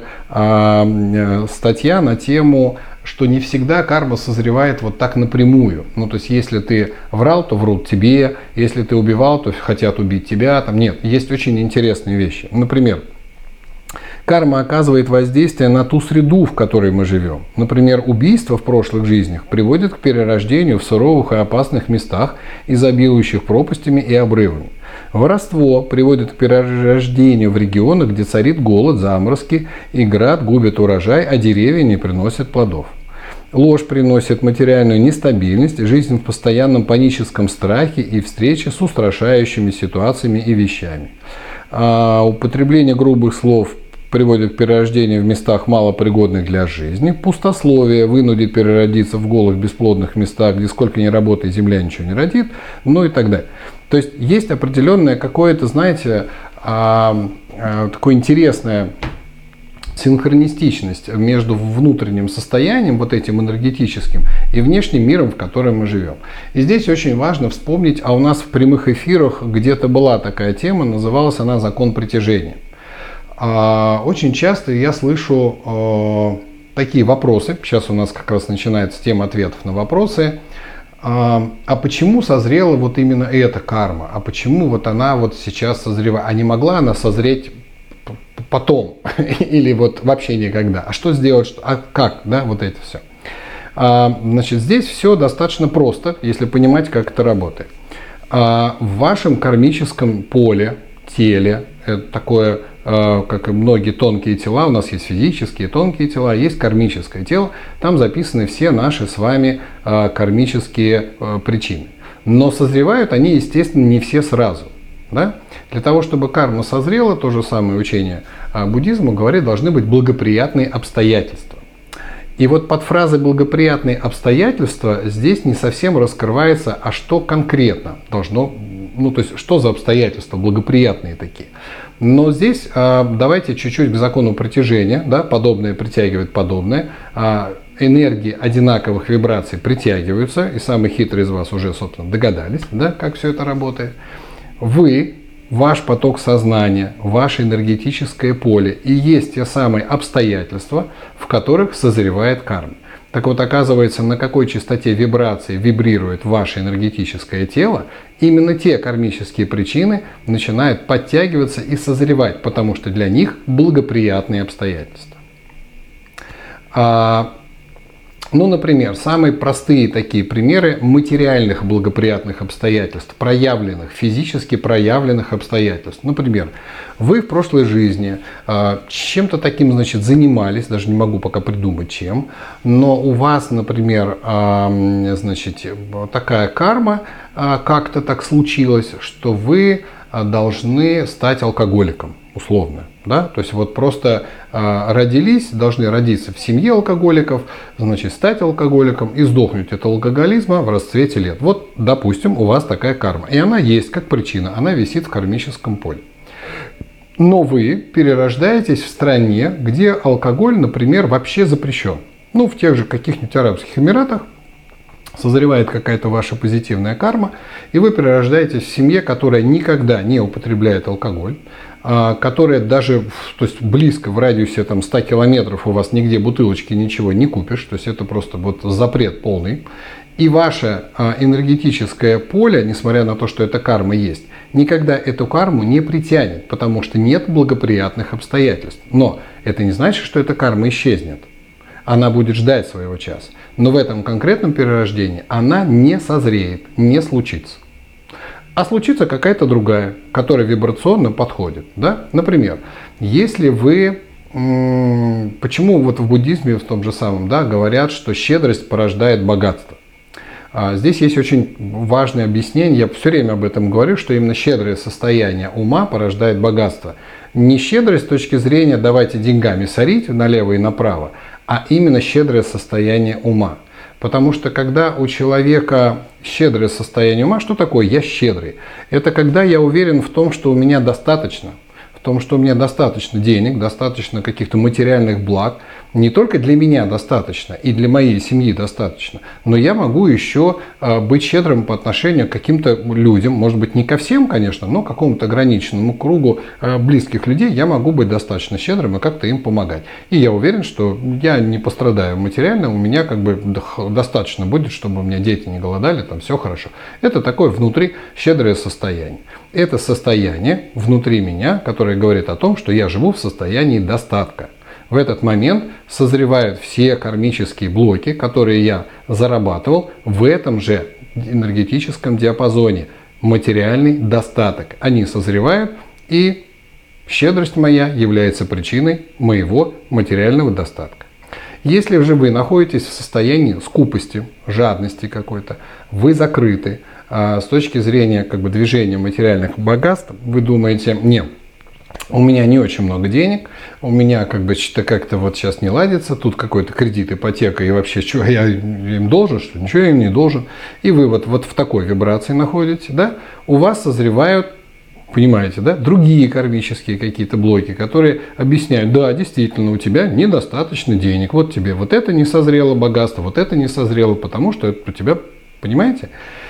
а, статья на тему, что не всегда карма созревает вот так напрямую. Ну, то есть, если ты врал, то врут тебе, если ты убивал, то хотят убить тебя. Там нет, есть очень интересные вещи. Например, карма оказывает воздействие на ту среду, в которой мы живем. Например, убийство в прошлых жизнях приводит к перерождению в суровых и опасных местах, изобилующих пропастями и обрывами. Воровство приводит к перерождению в регионах, где царит голод, заморозки, и град губит урожай, а деревья не приносят плодов. Ложь приносит материальную нестабильность, жизнь в постоянном паническом страхе и встречи с устрашающими ситуациями и вещами. А употребление грубых слов приводит к перерождению в местах, малопригодных для жизни. Пустословие вынудит переродиться в голых бесплодных местах, где сколько ни работай, земля ничего не родит, ну и так далее. То есть есть определенное какое-то, знаете, такое интересное синхронистичность между внутренним состоянием, вот этим энергетическим, и внешним миром, в котором мы живем. И здесь очень важно вспомнить, а у нас в прямых эфирах где-то была такая тема, называлась она «Закон притяжения». Очень часто я слышу такие вопросы, сейчас у нас как раз начинается тема ответов на вопросы, а почему созрела вот именно эта карма, а почему вот она вот сейчас созревает, а не могла она созреть потом или вот вообще никогда, а что сделать, что, а как, да, вот это все. Значит, здесь все достаточно просто, если понимать, как это работает. В вашем кармическом поле, теле, это такое, как и многие тонкие тела, у нас есть физические тонкие тела, есть кармическое тело, там записаны все наши с вами кармические причины. Но созревают они, естественно, не все сразу. Да? Для того, чтобы карма созрела, то же самое учение буддизма говорит, должны быть благоприятные обстоятельства. И вот под фразой «благоприятные обстоятельства» здесь не совсем раскрывается, а что конкретно должно, ну то есть что за обстоятельства благоприятные такие. Но здесь давайте чуть-чуть к закону притяжения, да, подобное притягивает подобное, энергии одинаковых вибраций притягиваются, и самые хитрые из вас уже, собственно, догадались, да, как все это работает. Вы, ваш поток сознания, ваше энергетическое поле и есть те самые обстоятельства, в которых созревает карма. Так вот, оказывается, на какой частоте вибрации вибрирует ваше энергетическое тело, именно те кармические причины начинают подтягиваться и созревать, потому что для них благоприятные обстоятельства. А, ну, например, самые простые такие примеры материальных благоприятных обстоятельств, проявленных, физически проявленных обстоятельств. Например, вы в прошлой жизни э, чем-то таким, значит, занимались, даже не могу пока придумать чем, но у вас, например, э, значит, такая карма, э, как-то так случилось, что вы должны стать алкоголиком, условно. Да? То есть вот просто э, родились, должны родиться в семье алкоголиков, значит, стать алкоголиком и сдохнуть от алкоголизма в расцвете лет. Вот, допустим, у вас такая карма. И она есть как причина, она висит в кармическом поле. Но вы перерождаетесь в стране, где алкоголь, например, вообще запрещен. Ну, в тех же каких-нибудь Арабских Эмиратах созревает какая-то ваша позитивная карма, и вы перерождаетесь в семье, которая никогда не употребляет алкоголь, которая даже, то есть близко, в радиусе там, ста километров у вас нигде бутылочки ничего не купишь, то есть это просто вот запрет полный. И ваше энергетическое поле, несмотря на то, что эта карма есть, никогда эту карму не притянет, потому что нет благоприятных обстоятельств. Но это не значит, что эта карма исчезнет. Она будет ждать своего часа. Но в этом конкретном перерождении она не созреет, не случится. А случится какая-то другая, которая вибрационно подходит. Да? Например, если вы... Почему вот в буддизме, в том же самом, да, говорят, что щедрость порождает богатство? Здесь есть очень важное объяснение, я все время об этом говорю, что именно щедрое состояние ума порождает богатство. Не щедрость с точки зрения «давайте деньгами сорить налево и направо», а именно щедрое состояние ума. Потому что когда у человека щедрое состояние ума, что такое «я щедрый»? Это когда я уверен в том, что у меня достаточно. В том, что у меня достаточно денег, достаточно каких-то материальных благ, не только для меня достаточно и для моей семьи достаточно, но я могу еще быть щедрым по отношению к каким-то людям, может быть не ко всем, конечно, но к какому-то ограниченному кругу близких людей я могу быть достаточно щедрым и как-то им помогать. И я уверен, что я не пострадаю материально, у меня как бы достаточно будет, чтобы у меня дети не голодали, там все хорошо. Это такое внутри щедрое состояние. Это состояние внутри меня, которое говорит о том, что я живу в состоянии достатка. В этот момент созревают все кармические блоки, которые я зарабатывал в этом же энергетическом диапазоне. Материальный достаток. Они созревают, и щедрость моя является причиной моего материального достатка. Если же вы находитесь в состоянии скупости, жадности какой-то, вы закрыты, а с точки зрения как бы, движения материальных богатств, вы думаете, нет, у меня не очень много денег, у меня как бы что-то как-то вот сейчас не ладится, тут какой-то кредит, ипотека, и вообще, что я им должен, что ничего я им не должен. И вы вот, вот в такой вибрации находитесь, да, у вас созревают, понимаете, да, другие кармические какие-то блоки, которые объясняют, да, действительно, у тебя недостаточно денег, вот тебе вот это не созрело богатство, вот это не созрело, потому что это у тебя, понимаете?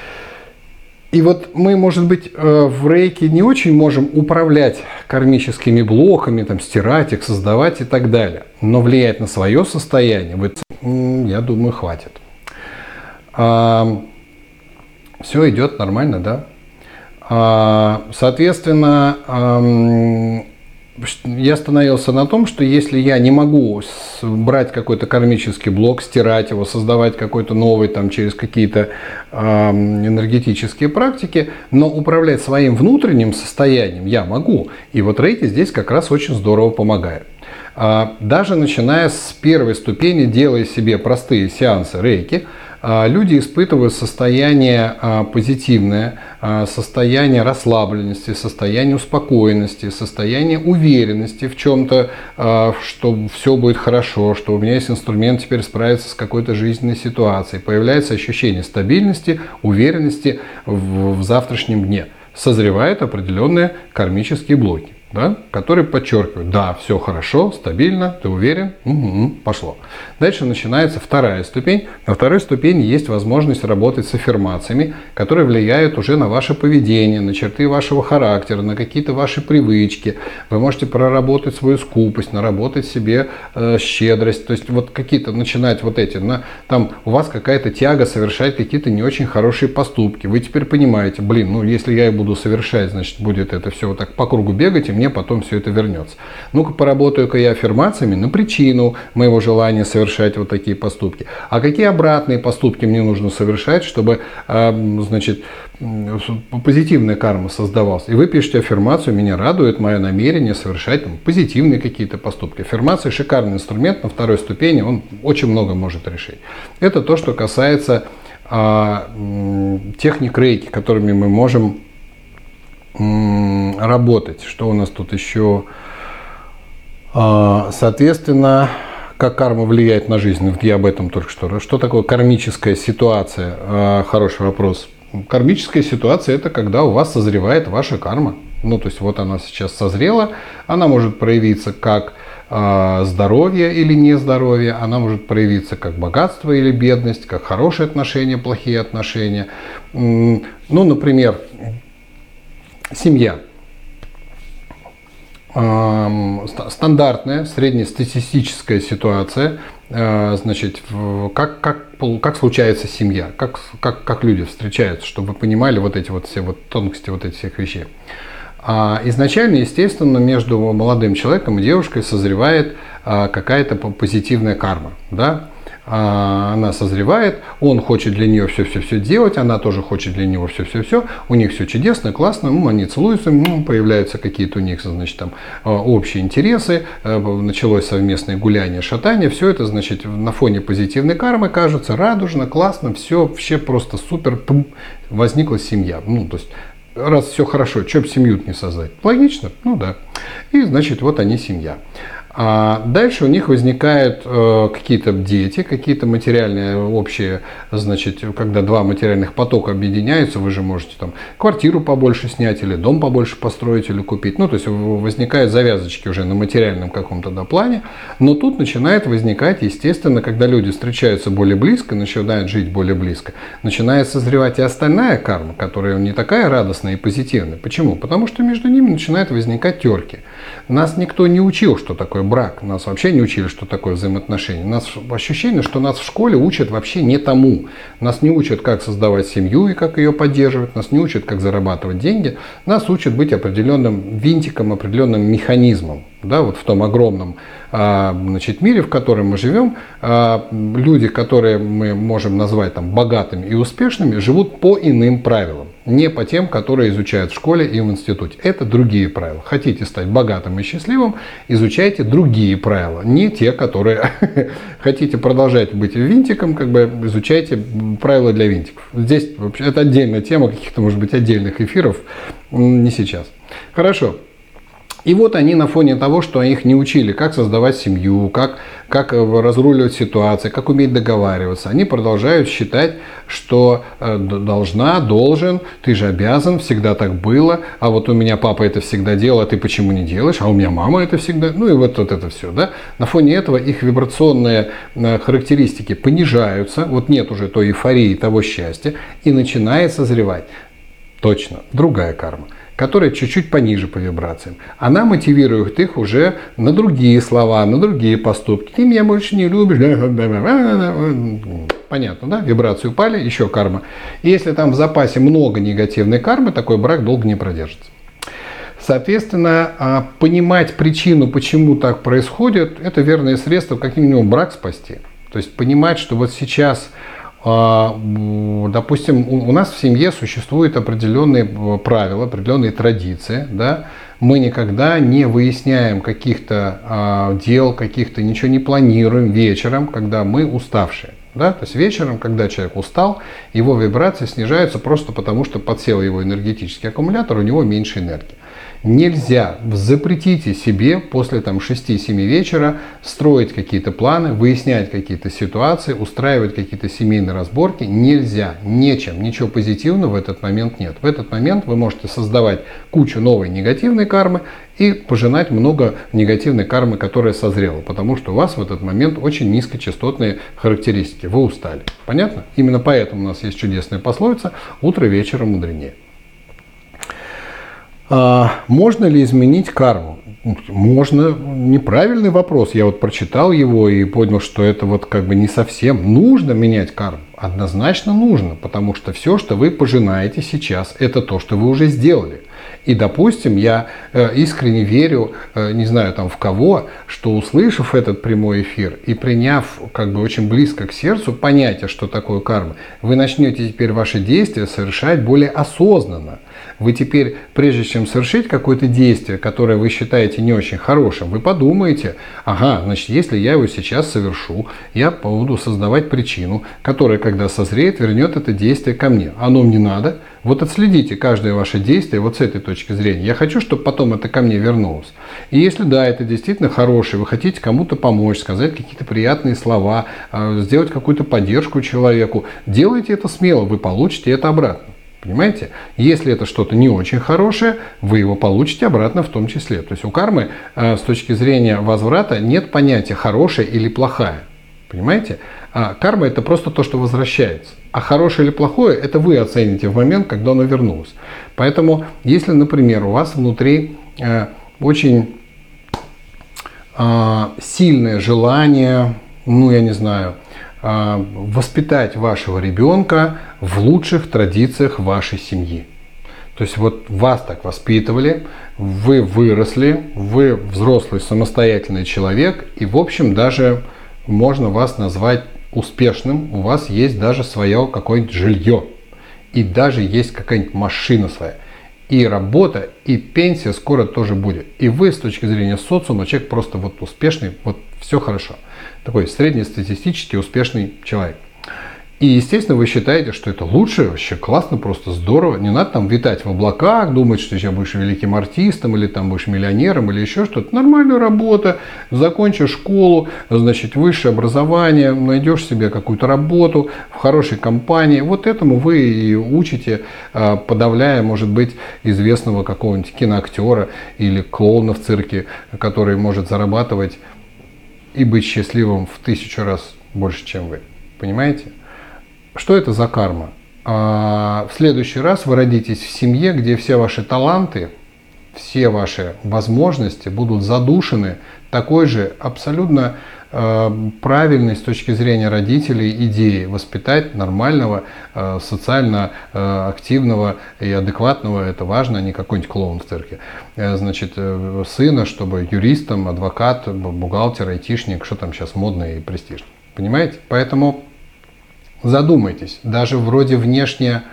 И вот мы, может быть, в рейке не очень можем управлять кармическими блоками, там, стирать их, создавать и так далее. Но влиять на свое состояние, я думаю, хватит. Все идет нормально, да? Соответственно, я остановился на том, что если я не могу брать какой-то кармический блок, стирать его, создавать какой-то новый там, через какие-то э, энергетические практики, но управлять своим внутренним состоянием я могу. И вот рейки здесь как раз очень здорово помогает. А, даже начиная с первой ступени, делая себе простые сеансы рейки, люди испытывают состояние позитивное, состояние расслабленности, состояние успокоенности, состояние уверенности в чем-то, что все будет хорошо, что у меня есть инструмент теперь справиться с какой-то жизненной ситуацией. Появляется ощущение стабильности, уверенности в завтрашнем дне. Созревают определенные кармические блоки, да, которые подчеркивают, да, все хорошо, стабильно, ты уверен, угу, пошло. Дальше начинается вторая ступень. На второй ступени есть возможность работать с аффирмациями, которые влияют уже на ваше поведение, на черты вашего характера, на какие-то ваши привычки. Вы можете проработать свою скупость, наработать себе э, щедрость, то есть вот какие-то начинать вот эти, на, там у вас какая-то тяга совершать какие-то не очень хорошие поступки. Вы теперь понимаете, блин, ну если я и буду совершать, значит будет это все вот так по кругу бегать, и мне потом все это вернется. Ну-ка поработаю-ка я аффирмациями на причину моего желания совершать вот такие поступки. А какие обратные поступки мне нужно совершать, чтобы, э, значит, позитивная карма создавалась. И вы пишете аффирмацию, меня радует мое намерение совершать там, позитивные какие-то поступки. Аффирмация шикарный инструмент на второй ступени, он очень много может решить. Это то, что касается э, техник рейки, которыми мы можем работать. Что у нас тут еще? Соответственно, как карма влияет на жизнь? Я об этом только что. Что такое кармическая ситуация? Хороший вопрос. Кармическая ситуация – это когда у вас созревает ваша карма. Ну, то есть вот она сейчас созрела, она может проявиться как здоровье или нездоровье, она может проявиться как богатство или бедность, как хорошие отношения, плохие отношения. Ну, например, семья. Стандартная, среднестатистическая ситуация. Значит, как, как, как случается семья, как, как, как люди встречаются, чтобы вы понимали вот эти вот все вот тонкости вот этих всех вещей. А изначально, естественно, между молодым человеком и девушкой созревает а, какая-то позитивная карма, да? А, она созревает, он хочет для нее все-все-все делать, она тоже хочет для него все-все-все, у них все чудесно, классно, ну, они целуются, ну, появляются какие-то у них, значит, там общие интересы, началось совместное гуляние, шатание, все это, значит, на фоне позитивной кармы кажется радужно, классно, все вообще просто супер, пум, возникла семья, ну, то есть раз все хорошо, что бы семью не создать? Логично? Ну да. И, значит, вот они семья. А дальше у них возникают э, какие-то дети, какие-то материальные общие, значит, когда два материальных потока объединяются, вы же можете там квартиру побольше снять или дом побольше построить или купить. Ну, то есть возникают завязочки уже на материальном каком-то да, плане. Но тут начинает возникать, естественно, когда люди встречаются более близко, начинают жить более близко, начинает созревать и остальная карма, которая не такая радостная и позитивная. Почему? Потому что между ними начинают возникать терки. Нас никто не учил, что такое брак. Нас вообще не учили, что такое взаимоотношения. У нас ощущение, что нас в школе учат вообще не тому. Нас не учат, как создавать семью и как ее поддерживать. Нас не учат, как зарабатывать деньги. Нас учат быть определенным винтиком, определенным механизмом. Да, вот в том огромном значит, мире, в котором мы живем, люди, которые мы можем назвать там, богатыми и успешными, живут по иным правилам. Не по тем, которые изучают в школе и в институте. Это другие правила. Хотите стать богатым и счастливым, изучайте другие правила. Не те, которые хотите продолжать быть винтиком, как бы изучайте правила для винтиков. Здесь это отдельная тема каких-то, может быть, отдельных эфиров. Не сейчас. Хорошо. И вот они на фоне того, что их не учили, как создавать семью, как, как разруливать ситуации, как уметь договариваться, они продолжают считать, что должна, должен, ты же обязан, всегда так было, а вот у меня папа это всегда делал, а ты почему не делаешь, а у меня мама это всегда, ну и вот, вот это все. Да? На фоне этого их вибрационные характеристики понижаются, вот нет уже той эйфории, того счастья, и начинает созревать. Точно, другая карма, которая чуть-чуть пониже по вибрациям. Она мотивирует их уже на другие слова, на другие поступки. Ты меня больше не любишь. Понятно, да? Вибрации упали, еще карма. И если там в запасе много негативной кармы, такой брак долго не продержится. Соответственно, понимать причину, почему так происходит, это верное средство, как минимум, брак спасти. То есть понимать, что вот сейчас... Допустим, у нас в семье существуют определенные правила, определенные традиции. Да? Мы никогда не выясняем каких-то дел, каких-то ничего не планируем вечером, когда мы уставшие. Да? То есть вечером, когда человек устал, его вибрации снижаются просто потому, что подсел его энергетический аккумулятор, у него меньше энергии. Нельзя, запретите себе после там, шести-семи вечера строить какие-то планы, выяснять какие-то ситуации, устраивать какие-то семейные разборки. Нельзя, нечем, ничего позитивного в этот момент нет. В этот момент вы можете создавать кучу новой негативной кармы и пожинать много негативной кармы, которая созрела, потому что у вас в этот момент очень низкочастотные характеристики. Вы устали. Понятно? Именно поэтому у нас есть чудесная пословица «утро вечера мудренее». А можно ли изменить карму? Можно. Неправильный вопрос. Я вот прочитал его и понял, что это вот как бы не совсем. Нужно менять карму. Однозначно нужно, потому что все, что вы пожинаете сейчас, это то, что вы уже сделали. И, допустим, я искренне верю, не знаю там в кого, что услышав этот прямой эфир и приняв как бы очень близко к сердцу понятие, что такое карма, вы начнете теперь ваши действия совершать более осознанно. Вы теперь, прежде чем совершить какое-то действие, которое вы считаете не очень хорошим, вы подумаете, ага, значит, если я его сейчас совершу, я буду создавать причину, которая, когда созреет, вернет это действие ко мне. Оно мне надо. Вот отследите каждое ваше действие вот с этой точки зрения. Я хочу, чтобы потом это ко мне вернулось. И если да, это действительно хорошее, вы хотите кому-то помочь, сказать какие-то приятные слова, сделать какую-то поддержку человеку, делайте это смело, вы получите это обратно. Понимаете? Если это что-то не очень хорошее, вы его получите обратно в том числе. То есть у кармы с точки зрения возврата нет понятия хорошая или плохая. Понимаете? А карма это просто то, что возвращается. А хорошее или плохое, это вы оцените в момент, когда оно вернулось. Поэтому, если, например, у вас внутри э, очень э, сильное желание, ну я не знаю, э, воспитать вашего ребенка в лучших традициях вашей семьи. То есть вот вас так воспитывали, вы выросли, вы взрослый самостоятельный человек, и в общем даже можно вас назвать успешным, у вас есть даже свое какое-нибудь жилье, и даже есть какая-нибудь машина своя, и работа, и пенсия скоро тоже будет. И вы с точки зрения социума человек просто вот успешный, вот все хорошо. Такой среднестатистический успешный человек. И, естественно, вы считаете, что это лучше, вообще классно, просто здорово. Не надо там витать в облаках, думать, что сейчас будешь великим артистом, или там будешь миллионером, или еще что-то. Нормальная работа, закончишь школу, значит, высшее образование, найдешь себе какую-то работу в хорошей компании. Вот этому вы и учите, подавляя, может быть, известного какого-нибудь киноактера или клоуна в цирке, который может зарабатывать и быть счастливым в тысячу раз больше, чем вы. Понимаете? Что это за карма? А в следующий раз вы родитесь в семье, где все ваши таланты, все ваши возможности будут задушены такой же абсолютно э, правильной с точки зрения родителей идеей воспитать нормального, э, социально э, активного и адекватного, это важно, а не какой-нибудь клоун в цирке, э, значит, э, сына, чтобы юристом, адвокат, бухгалтер, айтишник, что там сейчас модно и престижно. Понимаете? Поэтому задумайтесь, даже вроде внешне,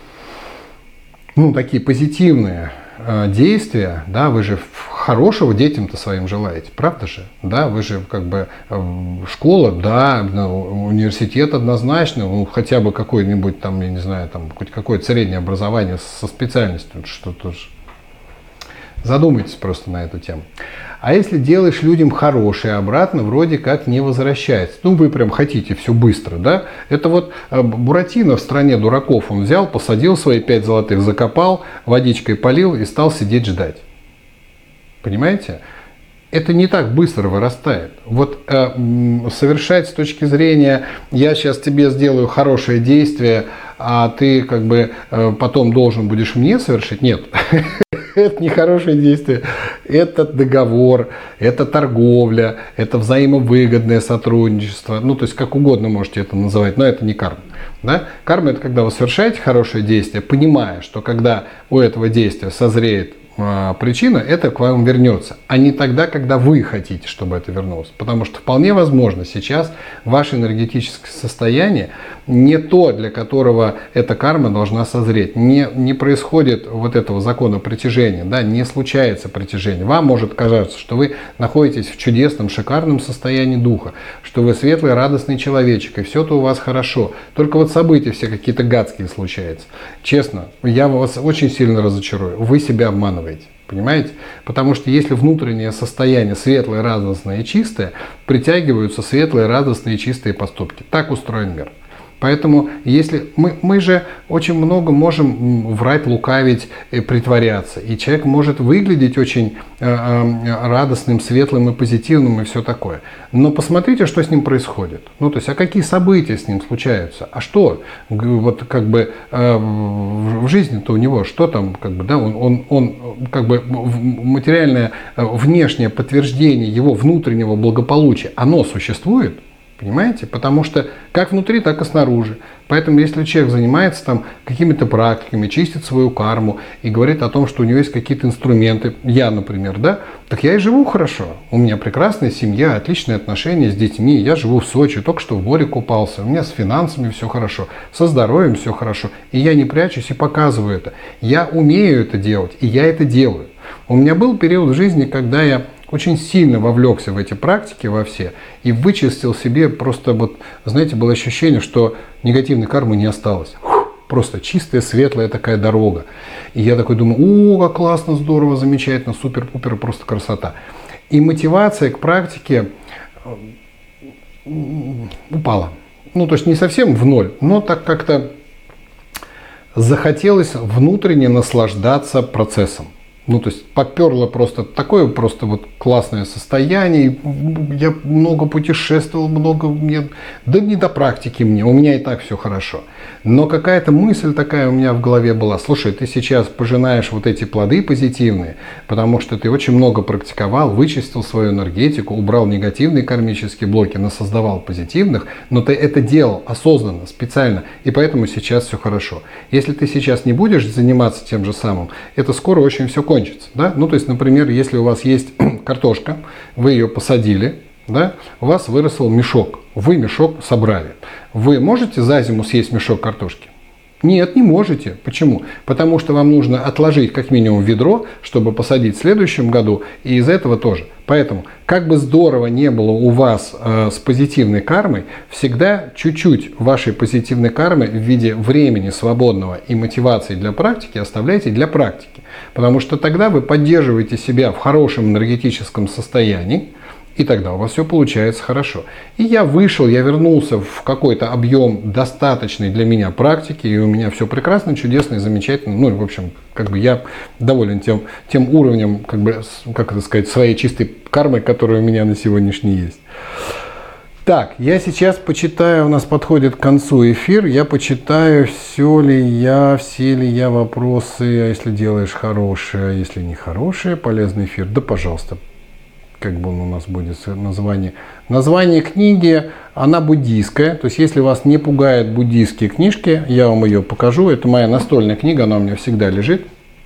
ну, такие позитивные э, действия, да, вы же хорошего детям-то своим желаете, правда же? Да, вы же как бы э, школа, да, университет однозначно, ну, хотя бы какой-нибудь там, я не знаю, там, хоть какое-то среднее образование со специальностью, что-то же. Задумайтесь просто на эту тему. А если делаешь людям хорошее, обратно вроде как не возвращается. Ну, вы прям хотите все быстро, да? Это вот Буратино в «Стране дураков», он взял, посадил свои пять золотых, закопал, водичкой полил и стал сидеть ждать. Понимаете? Это не так быстро вырастает. Вот э, совершать с точки зрения «я сейчас тебе сделаю хорошее действие, а ты как бы э, потом должен будешь мне совершить» — нет. Это не хорошее действие, это договор, это торговля, это взаимовыгодное сотрудничество. Ну, то есть, как угодно можете это называть, но это не карма. Да? Карма – это когда вы совершаете хорошее действие, понимая, что когда у этого действия созреет э, причина, это к вам вернется, а не тогда, когда вы хотите, чтобы это вернулось. Потому что вполне возможно сейчас ваше энергетическое состояние не то, для которого эта карма должна созреть. Не, не происходит вот этого закона притяжения, да, не случается притяжение. Вам может казаться, что вы находитесь в чудесном, шикарном состоянии духа, что вы светлый, радостный человечек, и все-то у вас хорошо. Только вот события все какие-то гадские случаются. Честно, я вас очень сильно разочарую. Вы себя обманываете. Понимаете? Потому что если внутреннее состояние светлое, радостное и чистое, притягиваются светлые, радостные и чистые поступки. Так устроен мир. Поэтому если мы, мы же очень много можем врать, лукавить, притворяться. И человек может выглядеть очень э, э, радостным, светлым и позитивным и все такое. Но посмотрите, что с ним происходит. Ну, то есть, а какие события с ним случаются? А что вот как бы э, в жизни-то у него, что там, как бы, да, он, он, он как бы материальное внешнее подтверждение его внутреннего благополучия, оно существует? Понимаете? Потому что как внутри, так и снаружи. Поэтому если человек занимается там какими-то практиками, чистит свою карму и говорит о том, что у него есть какие-то инструменты, я, например, да, так я и живу хорошо. У меня прекрасная семья, отличные отношения с детьми, я живу в Сочи, только что в море купался, у меня с финансами все хорошо, со здоровьем все хорошо. И я не прячусь и показываю это. Я умею это делать, и я это делаю. У меня был период в жизни, когда я очень сильно вовлекся в эти практики, во все, и вычистил себе просто, вот, знаете, было ощущение, что негативной кармы не осталось. Фух, просто чистая, светлая такая дорога. И я такой думаю, о, как классно, здорово, замечательно, супер-пупер, просто красота. И мотивация к практике упала. Ну, то есть не совсем в ноль, но так как-то захотелось внутренне наслаждаться процессом. Ну, то есть поперло просто такое просто вот классное состояние. Я много путешествовал, много мне... Да не до практики мне, у меня и так все хорошо. Но какая-то мысль такая у меня в голове была. Слушай, ты сейчас пожинаешь вот эти плоды позитивные, потому что ты очень много практиковал, вычистил свою энергетику, убрал негативные кармические блоки, насоздавал позитивных, но ты это делал осознанно, специально, и поэтому сейчас все хорошо. Если ты сейчас не будешь заниматься тем же самым, это скоро очень все кончится. Да? Ну, то есть, например, если у вас есть картошка, вы ее посадили, да, у вас выросл мешок, вы мешок собрали. Вы можете за зиму съесть мешок картошки? Нет, не можете. Почему? Потому что вам нужно отложить как минимум ведро, чтобы посадить в следующем году, и из этого тоже. Поэтому, как бы здорово не было у вас э, с позитивной кармой, всегда чуть-чуть вашей позитивной кармы в виде времени свободного и мотивации для практики оставляйте для практики. Потому что тогда вы поддерживаете себя в хорошем энергетическом состоянии, и тогда у вас все получается хорошо. И я вышел, я вернулся в какой-то объем достаточный для меня практики, и у меня все прекрасно, чудесно и замечательно. Ну, в общем, как бы я доволен тем, тем уровнем, как бы, как это сказать, своей чистой кармы, которая у меня на сегодняшний есть. Так, я сейчас почитаю, у нас подходит к концу эфир, я почитаю, все ли я, все ли я вопросы, а если делаешь хорошее, а если не хорошее, полезный эфир, да пожалуйста. Как бы он у нас будет название. Название книги, она буддийская. То есть, если вас не пугают буддийские книжки, я вам ее покажу. Это моя настольная книга, она у меня всегда лежит.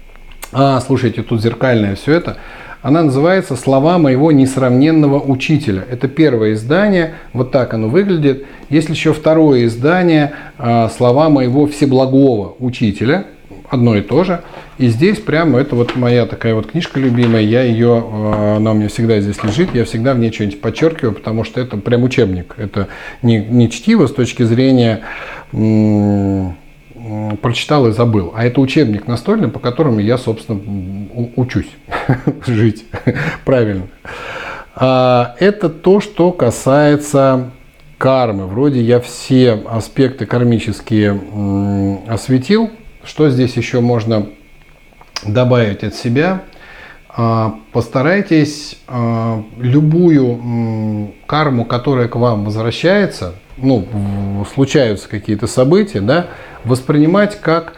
А, слушайте, тут зеркальное все это. Она называется «Слова моего несравненного учителя». Это первое издание, вот так оно выглядит. Есть еще второе издание «Слова моего всеблагого учителя». Одно и то же. И здесь прямо это вот моя такая вот книжка любимая. Я ее, она у меня всегда здесь лежит. Я всегда в ней что-нибудь подчеркиваю, потому что это прям учебник. Это не, не чтиво с точки зрения м- м- прочитал и забыл. А это учебник настольный, по которому я, собственно, учусь жить правильно. Это то, что касается кармы. Вроде я все аспекты кармические м- осветил. Что здесь еще можно добавить от себя? Постарайтесь любую карму, которая к вам возвращается, ну, случаются какие-то события, да, воспринимать как,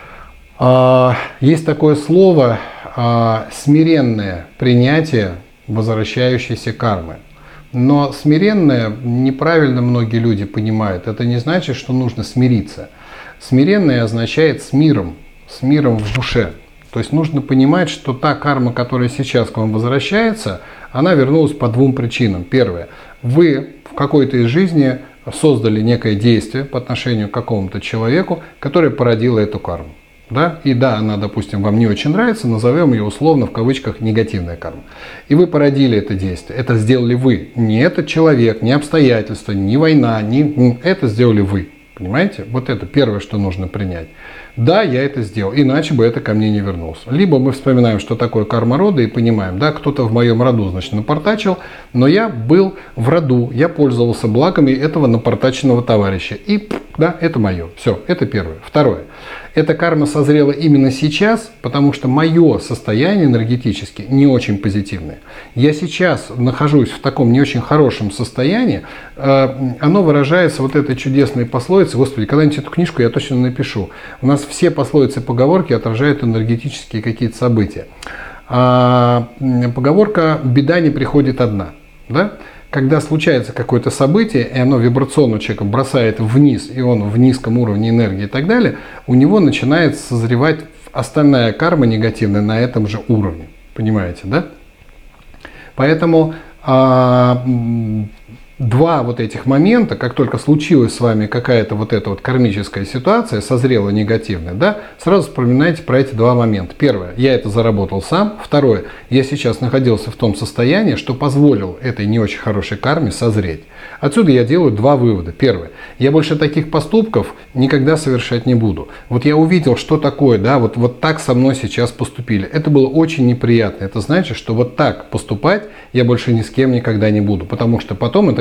есть такое слово, смиренное принятие возвращающейся кармы. Но смиренное неправильно многие люди понимают. Это не значит, что нужно смириться. Смиренное означает с миром, с миром в душе. То есть нужно понимать, что та карма, которая сейчас к вам возвращается, она вернулась по двум причинам. Первое. Вы в какой-то из жизни создали некое действие по отношению к какому-то человеку, которое породило эту карму. Да? И да, она, допустим, вам не очень нравится, назовем ее условно в кавычках негативная карма. И вы породили это действие. Это сделали вы. Не этот человек, не обстоятельства, не война, не... это сделали вы. Понимаете? Вот это первое, что нужно принять. Да, я это сделал, иначе бы это ко мне не вернулся. Либо мы вспоминаем, что такое карма рода, и понимаем, да, кто-то в моем роду, значит, напортачил, но я был в роду, я пользовался благами этого напортаченного товарища. И, да, это мое. Все, это первое. Второе. Эта карма созрела именно сейчас, потому что мое состояние энергетически не очень позитивное. Я сейчас нахожусь в таком не очень хорошем состоянии. Оно выражается вот этой чудесной пословицей. Господи, когда-нибудь эту книжку я точно напишу. У нас все пословицы и поговорки отражают энергетические какие-то события. Поговорка «беда не приходит одна». Да? Когда случается какое-то событие, и оно вибрационно человека бросает вниз, и он в низком уровне энергии и так далее, у него начинает созревать остальная карма негативная на этом же уровне. Понимаете, да? Поэтому а, два вот этих момента, как только случилась с вами какая-то вот эта вот кармическая ситуация, созрела негативная, да, сразу вспоминайте про эти два момента. Первое, я это заработал сам. Второе, я сейчас находился в том состоянии, что позволил этой не очень хорошей карме созреть. Отсюда я делаю два вывода. Первое, я больше таких поступков никогда совершать не буду. Вот я увидел, что такое, да, вот, вот так со мной сейчас поступили. Это было очень неприятно. Это значит, что вот так поступать я больше ни с кем никогда не буду, потому что потом это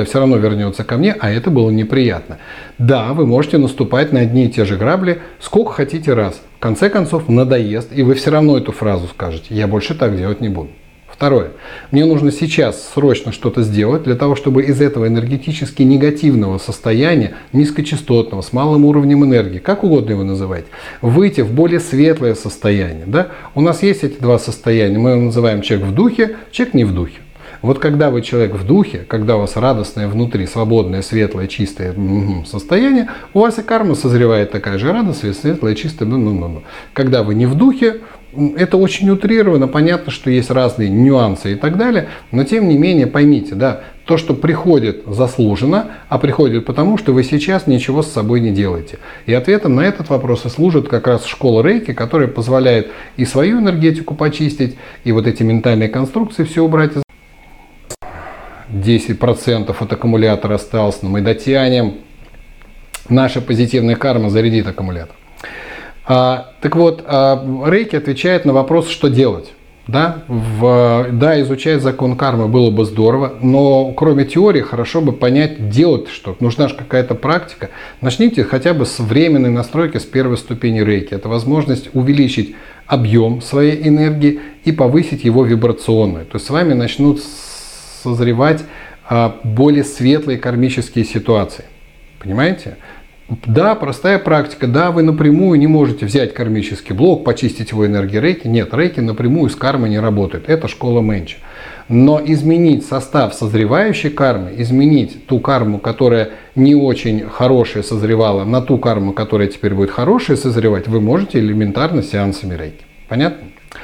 все равно вернется ко мне, а это было неприятно. Да, вы можете наступать на одни и те же грабли сколько хотите раз. В конце концов надоест, и вы все равно эту фразу скажете: я больше так делать не буду. Второе. Мне нужно сейчас срочно что-то сделать для того, чтобы из этого энергетически негативного состояния, низкочастотного, с малым уровнем энергии, как угодно его называть, выйти в более светлое состояние. Да? У нас есть эти два состояния. Мы его называем человек в духе, человек не в духе. Вот когда вы человек в духе, когда у вас радостное внутри, свободное, светлое, чистое состояние, у вас и карма созревает такая же радостная, светлая, чистая. Когда вы не в духе, это очень утрировано, понятно, что есть разные нюансы и так далее, но тем не менее поймите, да, то, что приходит заслуженно, а приходит потому, что вы сейчас ничего с собой не делаете. И ответом на этот вопрос и служит как раз школа рейки, которая позволяет и свою энергетику почистить, и вот эти ментальные конструкции все убрать из десять процентов от аккумулятора осталось, но мы дотянем. Наша позитивная карма зарядит аккумулятор. А, так вот, а, рейки отвечает на вопрос, что делать. Да? В, да, изучать закон кармы было бы здорово, но кроме теории хорошо бы понять, делать что. Нужна же какая-то практика. Начните хотя бы с временной настройки с первой ступени рейки. Это возможность увеличить объем своей энергии и повысить его вибрационную. То есть с вами начнут созревать а, более светлые кармические ситуации. Понимаете? Да, простая практика. Да, вы напрямую не можете взять кармический блок, почистить его энергией рейки. Нет, рейки напрямую с кармой не работает. Это школа Менча. Но изменить состав созревающей кармы, изменить ту карму, которая не очень хорошая созревала, на ту карму, которая теперь будет хорошая созревать, вы можете элементарно сеансами рейки. Понятно?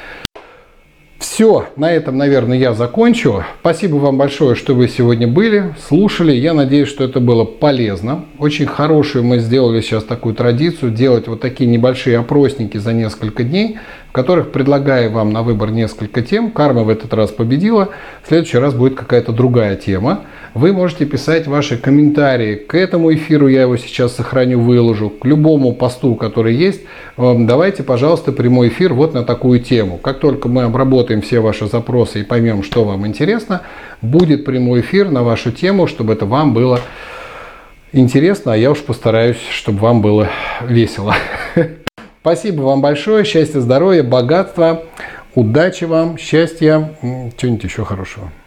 Все, на этом, наверное, я закончу. Спасибо вам большое, что вы сегодня были, слушали. Я надеюсь, что это было полезно. Очень хорошую мы сделали сейчас такую традицию, делать вот такие небольшие опросники за несколько дней, в которых предлагаю вам на выбор несколько тем. Карма в этот раз победила. В следующий раз будет какая-то другая тема. Вы можете писать ваши комментарии к этому эфиру, я его сейчас сохраню, выложу, к любому посту, который есть. Давайте, пожалуйста, прямой эфир вот на такую тему. Как только мы обработаем все ваши запросы и поймем, что вам интересно, будет прямой эфир на вашу тему, чтобы это вам было интересно, а я уж постараюсь, чтобы вам было весело. Спасибо вам большое, счастья, здоровья, богатства, удачи вам, счастья, чего-нибудь еще хорошего.